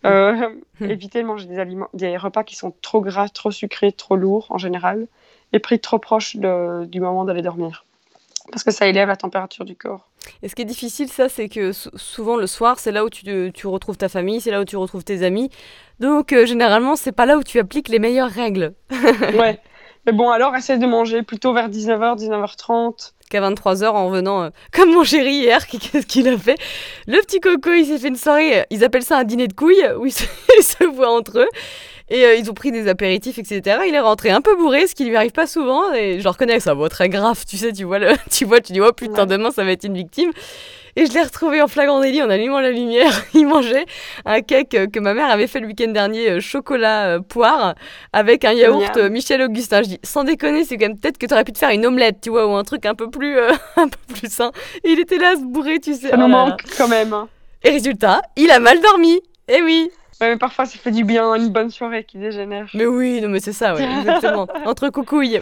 Éviter de manger des repas qui sont trop gras, trop sucrés, trop lourds en général, et pris trop proche du moment d'aller dormir. Parce que ça élève la température du corps. Et ce qui est difficile, ça, c'est que souvent le soir, c'est là où tu retrouves ta famille, c'est là où tu retrouves tes amis. Donc, généralement, c'est pas là où tu appliques les meilleures règles. Ouais. Mais bon, alors, essaye de manger plutôt vers 19h, 19h30. Qu'à 23h en revenant, comme mon chéri hier, qu'est-ce qu'il a fait? Le petit coco, il s'est fait une soirée, ils appellent ça un dîner de couilles, où ils se voient entre eux. Et ils ont pris des apéritifs, etc. Il est rentré un peu bourré, ce qui lui arrive pas souvent. Et je le reconnais, ça voit très grave. Tu sais, tu dis, oh putain, Ouais. demain ça va être une victime. Et je l'ai retrouvé en flagrant délit en allumant la lumière. Il mangeait un cake que ma mère avait fait le week-end dernier, chocolat poire, avec un yaourt Michel Augustin. Je dis, sans déconner, c'est quand même peut-être que t'aurais pu te faire une omelette, tu vois, ou un truc un peu plus sain. Et il était là, à se bourrer, tu sais. Ça nous manque quand même. Hein. Et résultat, il a mal dormi. Eh oui. Ouais, mais parfois, ça fait du bien, une bonne soirée qui dégénère. Mais oui, non mais c'est ça, ouais, exactement. Entre coucouilles.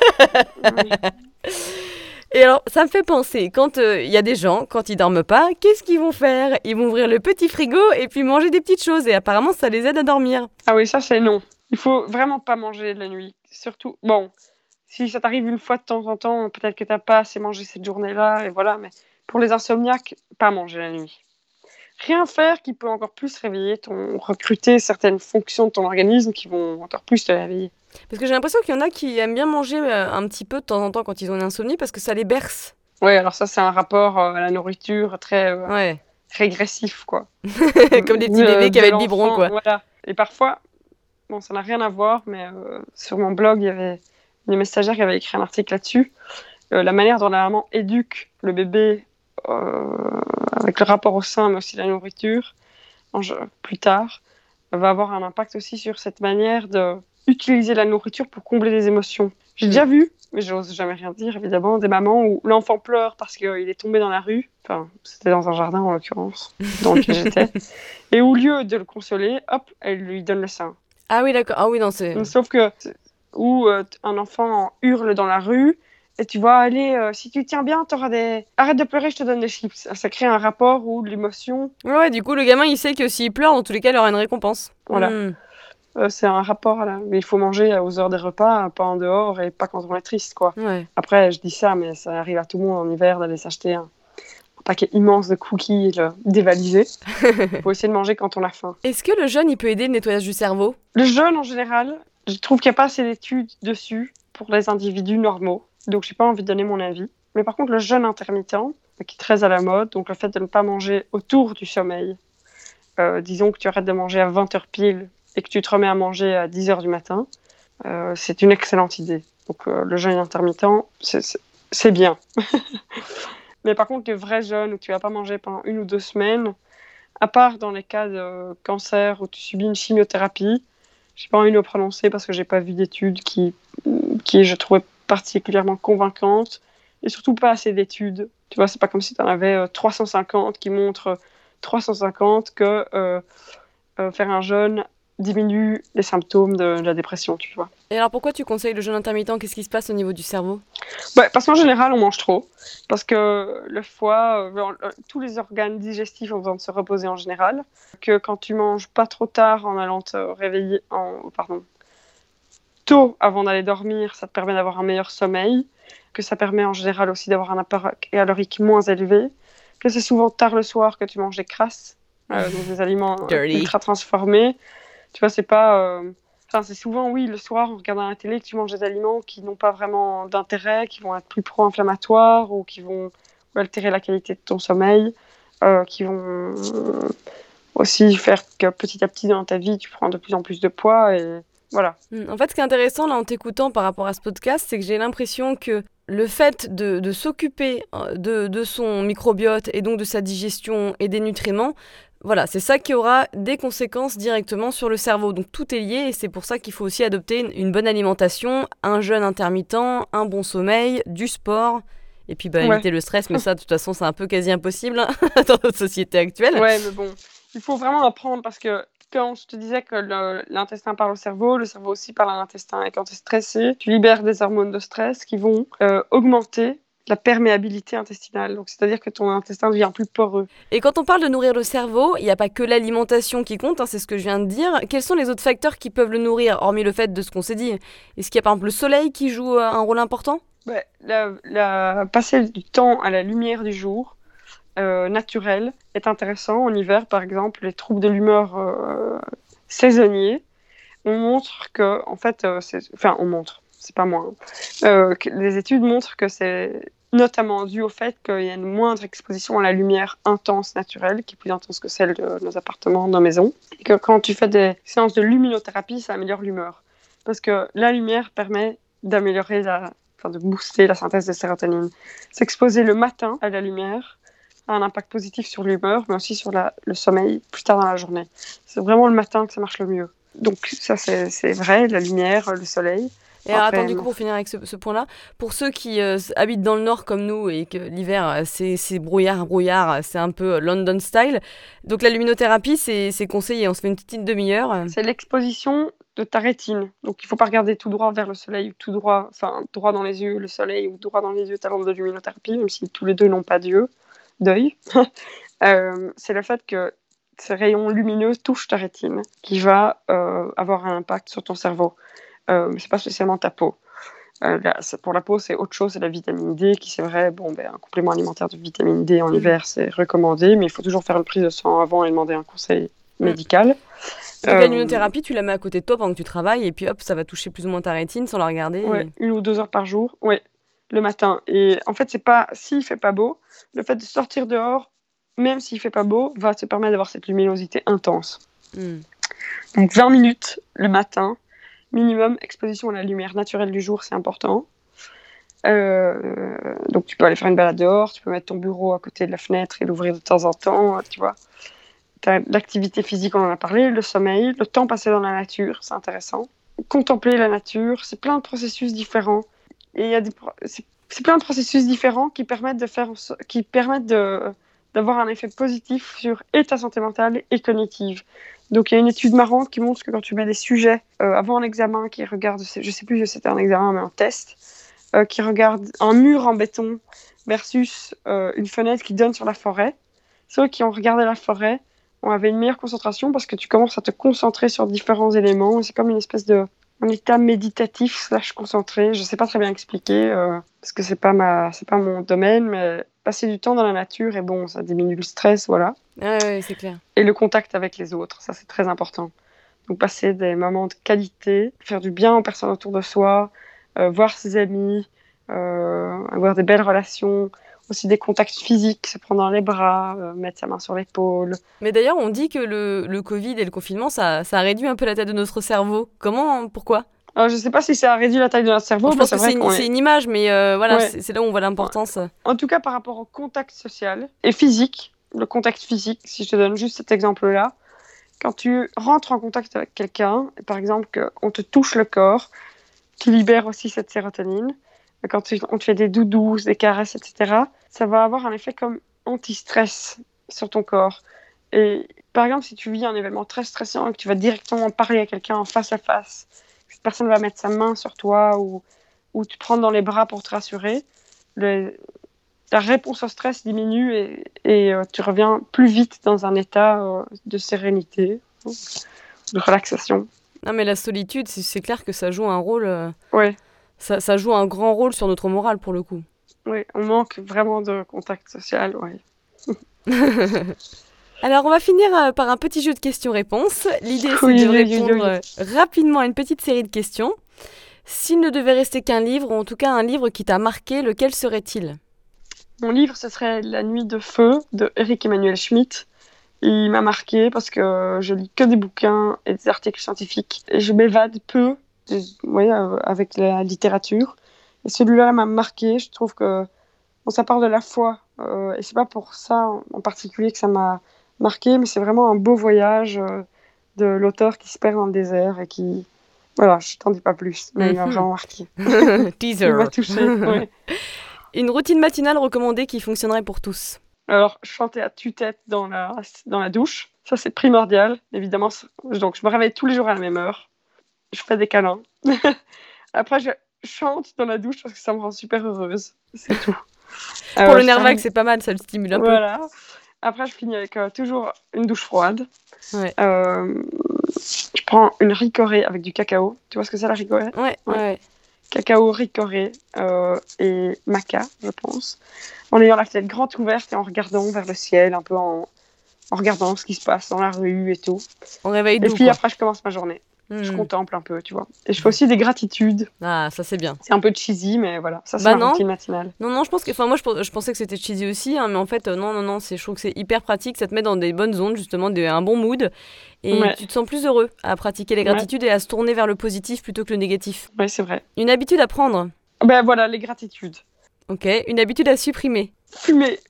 Oui. Et alors, ça me fait penser, quand il y a des gens, quand ils dorment pas, qu'est-ce qu'ils vont faire? Ils vont ouvrir le petit frigo et puis manger des petites choses. Et apparemment, ça les aide à dormir. Ah oui, ça, c'est non. Il faut vraiment pas manger la nuit. Surtout, bon, si ça t'arrive une fois de temps en temps, peut-être que t'as pas assez mangé cette journée-là, et voilà. Mais pour les insomniaques, pas manger la nuit. Rien faire qui peut encore plus recruter certaines fonctions de ton organisme qui vont encore plus te réveiller. Parce que j'ai l'impression qu'il y en a qui aiment bien manger un petit peu de temps en temps quand ils ont une insomnie parce que ça les berce. Ouais, alors ça, c'est un rapport à la nourriture très Ouais. régressif, quoi. Comme des petits bébés qui avaient le biberon, quoi. Voilà. Et parfois, bon, ça n'a rien à voir, mais sur mon blog, il y avait une de mes stagiaires qui avait écrit un article là-dessus. La manière dont la maman éduque le bébé avec le rapport au sein, mais aussi la nourriture, plus tard, va avoir un impact aussi sur cette manière d'utiliser la nourriture pour combler des émotions. J'ai déjà vu, mais j'ose jamais rien dire, évidemment, des mamans où l'enfant pleure parce qu'il est tombé dans la rue, enfin, c'était dans un jardin en l'occurrence, dans lequel j'étais, et au lieu de le consoler, hop, elle lui donne le sein. Ah oui, d'accord. Ah oui, non, c'est... Sauf que, où un enfant hurle dans la rue, et tu vois, allez, si tu tiens bien, arrête de pleurer, je te donne des chips. Ça crée un rapport où l'émotion... Ouais, du coup, le gamin, il sait que s'il pleure, dans tous les cas, il aura une récompense. Voilà. C'est un rapport, là. Mais il faut manger aux heures des repas, pas en dehors, et pas quand on est triste, quoi. Ouais. Après, je dis ça, mais ça arrive à tout le monde en hiver d'aller s'acheter un paquet immense de cookies et le dévaliser. Il faut essayer de manger quand on a faim. Est-ce que le jeûne, il peut aider le nettoyage du cerveau? Le jeûne, en général, je trouve qu'il n'y a pas assez d'études dessus pour les individus normaux. Donc, j'ai pas envie de donner mon avis. Mais par contre, le jeûne intermittent, qui est très à la mode, donc le fait de ne pas manger autour du sommeil, disons que tu arrêtes de manger à 20h pile et que tu te remets à manger à 10h du matin, c'est une excellente idée. Donc, le jeûne intermittent, c'est bien. Mais par contre, le vrai jeûne où tu vas pas manger pendant 1 ou 2 semaines, à part dans les cas de cancer où tu subis une chimiothérapie, j'ai pas envie de le prononcer parce que j'ai pas vu d'études qui je trouvais particulièrement convaincantes et surtout pas assez d'études. Tu vois, c'est pas comme si tu en avais 350 qui montrent 350 que faire un jeûne diminue les symptômes de la dépression, tu vois. Et alors pourquoi tu conseilles le jeûne intermittent? Qu'est-ce qui se passe au niveau du cerveau? Parce qu'en général, on mange trop. Parce que le foie, tous les organes digestifs ont besoin de se reposer en général. Que quand tu manges pas trop tard en allant te réveiller, tôt avant d'aller dormir, ça te permet d'avoir un meilleur sommeil, que ça permet en général aussi d'avoir un apport calorique moins élevé, que c'est souvent tard le soir que tu manges des crasses, donc des aliments ultra transformés. Tu vois, c'est pas... Enfin, c'est souvent, oui, le soir, en regardant la télé, que tu manges des aliments qui n'ont pas vraiment d'intérêt, qui vont être plus pro-inflammatoires ou qui vont altérer la qualité de ton sommeil, qui vont aussi faire que petit à petit dans ta vie, tu prends de plus en plus de poids et voilà. En fait, ce qui est intéressant là en t'écoutant par rapport à ce podcast, c'est que j'ai l'impression que le fait de s'occuper de son microbiote et donc de sa digestion et des nutriments, voilà, c'est ça qui aura des conséquences directement sur le cerveau. Donc tout est lié et c'est pour ça qu'il faut aussi adopter une bonne alimentation, un jeûne intermittent, un bon sommeil, du sport et puis éviter le stress. Mais ça, de toute façon, c'est un peu quasi impossible dans notre société actuelle. Ouais, mais bon, il faut vraiment apprendre parce que quand je te disais que l'intestin parle au cerveau, le cerveau aussi parle à l'intestin. Et quand tu es stressé, tu libères des hormones de stress qui vont augmenter la perméabilité intestinale. Donc, c'est-à-dire que ton intestin devient plus poreux. Et quand on parle de nourrir le cerveau, il n'y a pas que l'alimentation qui compte, c'est ce que je viens de dire. Quels sont les autres facteurs qui peuvent le nourrir, hormis le fait de ce qu'on s'est dit? Est-ce qu'il y a par exemple le soleil qui joue un rôle important? Passer du temps à la lumière du jour, naturel, est intéressant. En hiver, par exemple, les troubles de l'humeur saisonniers, on montre que, en fait, c'est pas moi, que les études montrent que c'est notamment dû au fait qu'il y a une moindre exposition à la lumière intense naturelle, qui est plus intense que celle de nos appartements, de nos maisons, et que quand tu fais des séances de luminothérapie, ça améliore l'humeur. Parce que la lumière permet d'améliorer de booster la synthèse de sérotonine. S'exposer le matin à la lumière a un impact positif sur l'humeur, mais aussi sur le sommeil plus tard dans la journée. C'est vraiment le matin que ça marche le mieux. Donc ça, c'est vrai, la lumière, le soleil. Et alors, attends, du coup, pour finir avec ce point-là, pour ceux qui habitent dans le nord comme nous et que l'hiver, c'est brouillard, c'est un peu London style. Donc la luminothérapie, c'est conseillé, on se fait une petite demi-heure. C'est l'exposition de ta rétine. Donc il ne faut pas regarder tout droit vers le soleil, ou droit dans les yeux le soleil, ou droit dans les yeux ta lampe de luminothérapie, même si tous les deux n'ont pas d'œil. C'est le fait que ces rayons lumineux touchent ta rétine, qui va avoir un impact sur ton cerveau. Mais c'est pas spécialement ta peau. Pour la peau, c'est autre chose, c'est la vitamine D, qui c'est vrai, un complément alimentaire de vitamine D en hiver, c'est recommandé, mais il faut toujours faire une prise de sang avant et demander un conseil médical. Donc la luminothérapie, tu la mets à côté de toi pendant que tu travailles, et puis hop, ça va toucher plus ou moins ta rétine sans la regarder. Ouais, 1 ou 2 heures par jour, ouais, le matin. Et en fait, s'il fait pas beau, le fait de sortir dehors, même s'il fait pas beau, va te permettre d'avoir cette luminosité intense. Donc 20 minutes le matin, minimum, exposition à la lumière naturelle du jour, c'est important. Donc tu peux aller faire une balade dehors, tu peux mettre ton bureau à côté de la fenêtre et l'ouvrir de temps en temps, tu vois. L'activité physique, on en a parlé, le sommeil, le temps passé dans la nature, c'est intéressant. Contempler la nature, c'est plein de processus différents. Et c'est plein de processus différents qui permettent d'avoir un effet positif sur ta santé mentale et cognitive. Donc il y a une étude marrante qui montre que quand tu mets des sujets avant un examen qui regardent, je sais plus si c'était un examen mais un test, qui regardent un mur en béton versus une fenêtre qui donne sur la forêt, ceux qui ont regardé la forêt avait une meilleure concentration parce que tu commences à te concentrer sur différents éléments. C'est comme une espèce un état méditatif / concentré. Je sais pas très bien expliquer parce que c'est pas mon domaine, mais passer du temps dans la nature et ça diminue le stress, voilà. Ouais, c'est clair. Et le contact avec les autres, ça c'est très important. Donc passer des moments de qualité, faire du bien aux personnes autour de soi, voir ses amis, avoir des belles relations. Aussi des contacts physiques, se prendre dans les bras, mettre sa main sur l'épaule. Mais d'ailleurs, on dit que le Covid et le confinement, ça a réduit un peu la taille de notre cerveau. Pourquoi? Alors, je ne sais pas si ça a réduit la taille de notre cerveau. Je pense que c'est une image, mais c'est là où on voit l'importance. Ouais. En tout cas, par rapport au contact social et physique, le contact physique, si je te donne juste cet exemple-là, quand tu rentres en contact avec quelqu'un, par exemple, qu'on te touche le corps, tu libères aussi cette sérotonine. Quand on te fait des doudous, des caresses, etc., ça va avoir un effet comme anti-stress sur ton corps. Et par exemple, si tu vis un événement très stressant et que tu vas directement parler à quelqu'un en face à face, cette personne va mettre sa main sur toi ou te prendre dans les bras pour te rassurer, la réponse au stress diminue et tu reviens plus vite dans un état de sérénité, de relaxation. Non, mais la solitude, c'est clair que ça joue un rôle. Ouais, Ça joue un grand rôle sur notre morale pour le coup. ouais, on manque vraiment de contact social, ouais. Alors, on va finir par un petit jeu de questions-réponses. L'idée, c'est Oui, de oui, oui, répondre oui. rapidement à une petite série de questions. S'il ne devait rester qu'un livre, ou en tout cas un livre qui t'a marqué, lequel serait-il ? Mon livre, ce serait La nuit de feu de Eric Emmanuel Schmitt. Il m'a marqué parce que je lis que des bouquins et des articles scientifiques et je m'évade peu avec la littérature. Et celui-là m'a marqué. Je trouve que bon, ça part de la foi et c'est pas pour ça en particulier que ça m'a marqué, mais c'est vraiment un beau voyage de l'auteur qui se perd dans le désert et qui... Voilà, je t'en dis pas plus, mais il m'a vraiment marqué. Teaser. Il m'a touché, ouais. Une routine matinale recommandée qui fonctionnerait pour tous. Alors, chanter à tue-tête dans la douche, ça c'est primordial, évidemment. Donc, je me réveille tous les jours à la même heure. Je fais des câlins. Après, je chante dans la douche parce que ça me rend super heureuse. C'est tout. Pour le Je nerf vague, termine- c'est pas mal, ça le stimule un peu. Voilà. Après, je finis avec toujours une douche froide. Ouais. Je prends une ricorée avec du cacao. Tu vois ce que c'est la ricorée? Ouais. Cacao, ricorée et maca, je pense. En ayant la fenêtre grande ouverte et en regardant vers le ciel, un peu en regardant ce qui se passe dans la rue et tout. On réveille Et doux, puis quoi. après, je commence ma journée. Je Hmm. contemple un peu, tu vois. Et je fais aussi des gratitudes. Ah, ça c'est bien. C'est un peu cheesy, mais voilà. Ça, c'est Bah ma non. routine matinale. Non, je pense que... Enfin, moi, je pensais que c'était cheesy aussi, hein, mais en fait, non, je trouve que c'est hyper pratique, ça te met dans des bonnes ondes, justement, un bon mood, et Ouais. tu te sens plus heureux à pratiquer les gratitudes et à se tourner vers le positif plutôt que le négatif. Ouais, c'est vrai. Une habitude à prendre. Ben voilà, les gratitudes. Ok. Une habitude à supprimer. Fumer.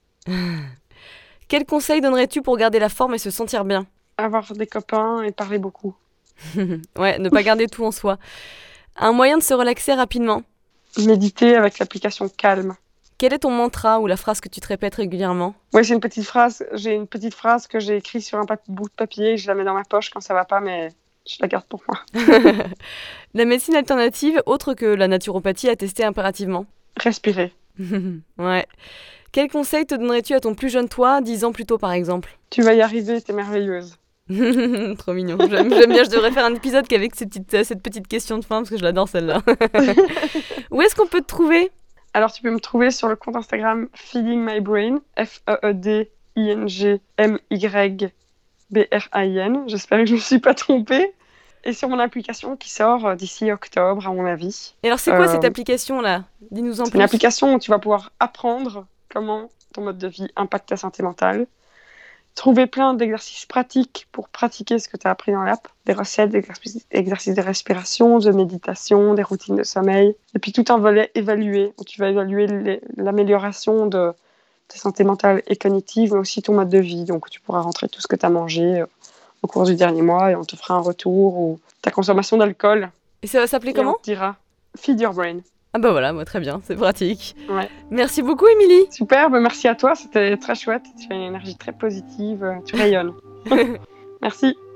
Quel conseil donnerais-tu pour garder la forme et se sentir bien ? Avoir des copains et parler beaucoup. Ouais, ne pas garder tout en soi. Un moyen de se relaxer rapidement. Méditer avec l'application Calme. Quel est ton mantra ou la phrase que tu te répètes régulièrement ? Ouais, c'est une petite phrase. J'ai une petite phrase que j'ai écrite sur un bout de papier. Je la mets dans ma poche quand ça va pas, mais je la garde pour moi. La médecine alternative, autre que la naturopathie, à tester impérativement. Respirer. Ouais. Quel conseil te donnerais-tu à ton plus jeune toi, 10 ans plus tôt par exemple ? Tu vas y arriver, t'es merveilleuse. Trop mignon. J'aime bien, je devrais faire un épisode qu'avec cette petite question de fin, parce que je l'adore celle-là. Où est-ce qu'on peut te trouver ? Alors, tu peux me trouver sur le compte Instagram Feeding My Brain, FeedingMyBrain. J'espère que je ne me suis pas trompée. Et sur mon application qui sort d'ici octobre, à mon avis. Et alors, c'est quoi cette application-là ? Dis-nous en C'est plus. une application où tu vas pouvoir apprendre comment ton mode de vie impacte ta santé mentale. Trouver plein d'exercices pratiques pour pratiquer ce que tu as appris dans l'app. Des recettes, d'exercices de respiration, de méditation, des routines de sommeil. Et puis tout un volet évalué, où tu vas évaluer l'amélioration de ta santé mentale et cognitive, mais aussi ton mode de vie. Donc tu pourras rentrer tout ce que tu as mangé au cours du dernier mois et on te fera un retour, ou ta consommation d'alcool. Et ça va s'appeler Et comment ? on te dira Feed Your Brain. Ah bah voilà, moi très bien, c'est pratique. Ouais. Merci beaucoup Émilie. Super, merci à toi, c'était très chouette. Tu as une énergie très positive, tu rayonnes. Merci.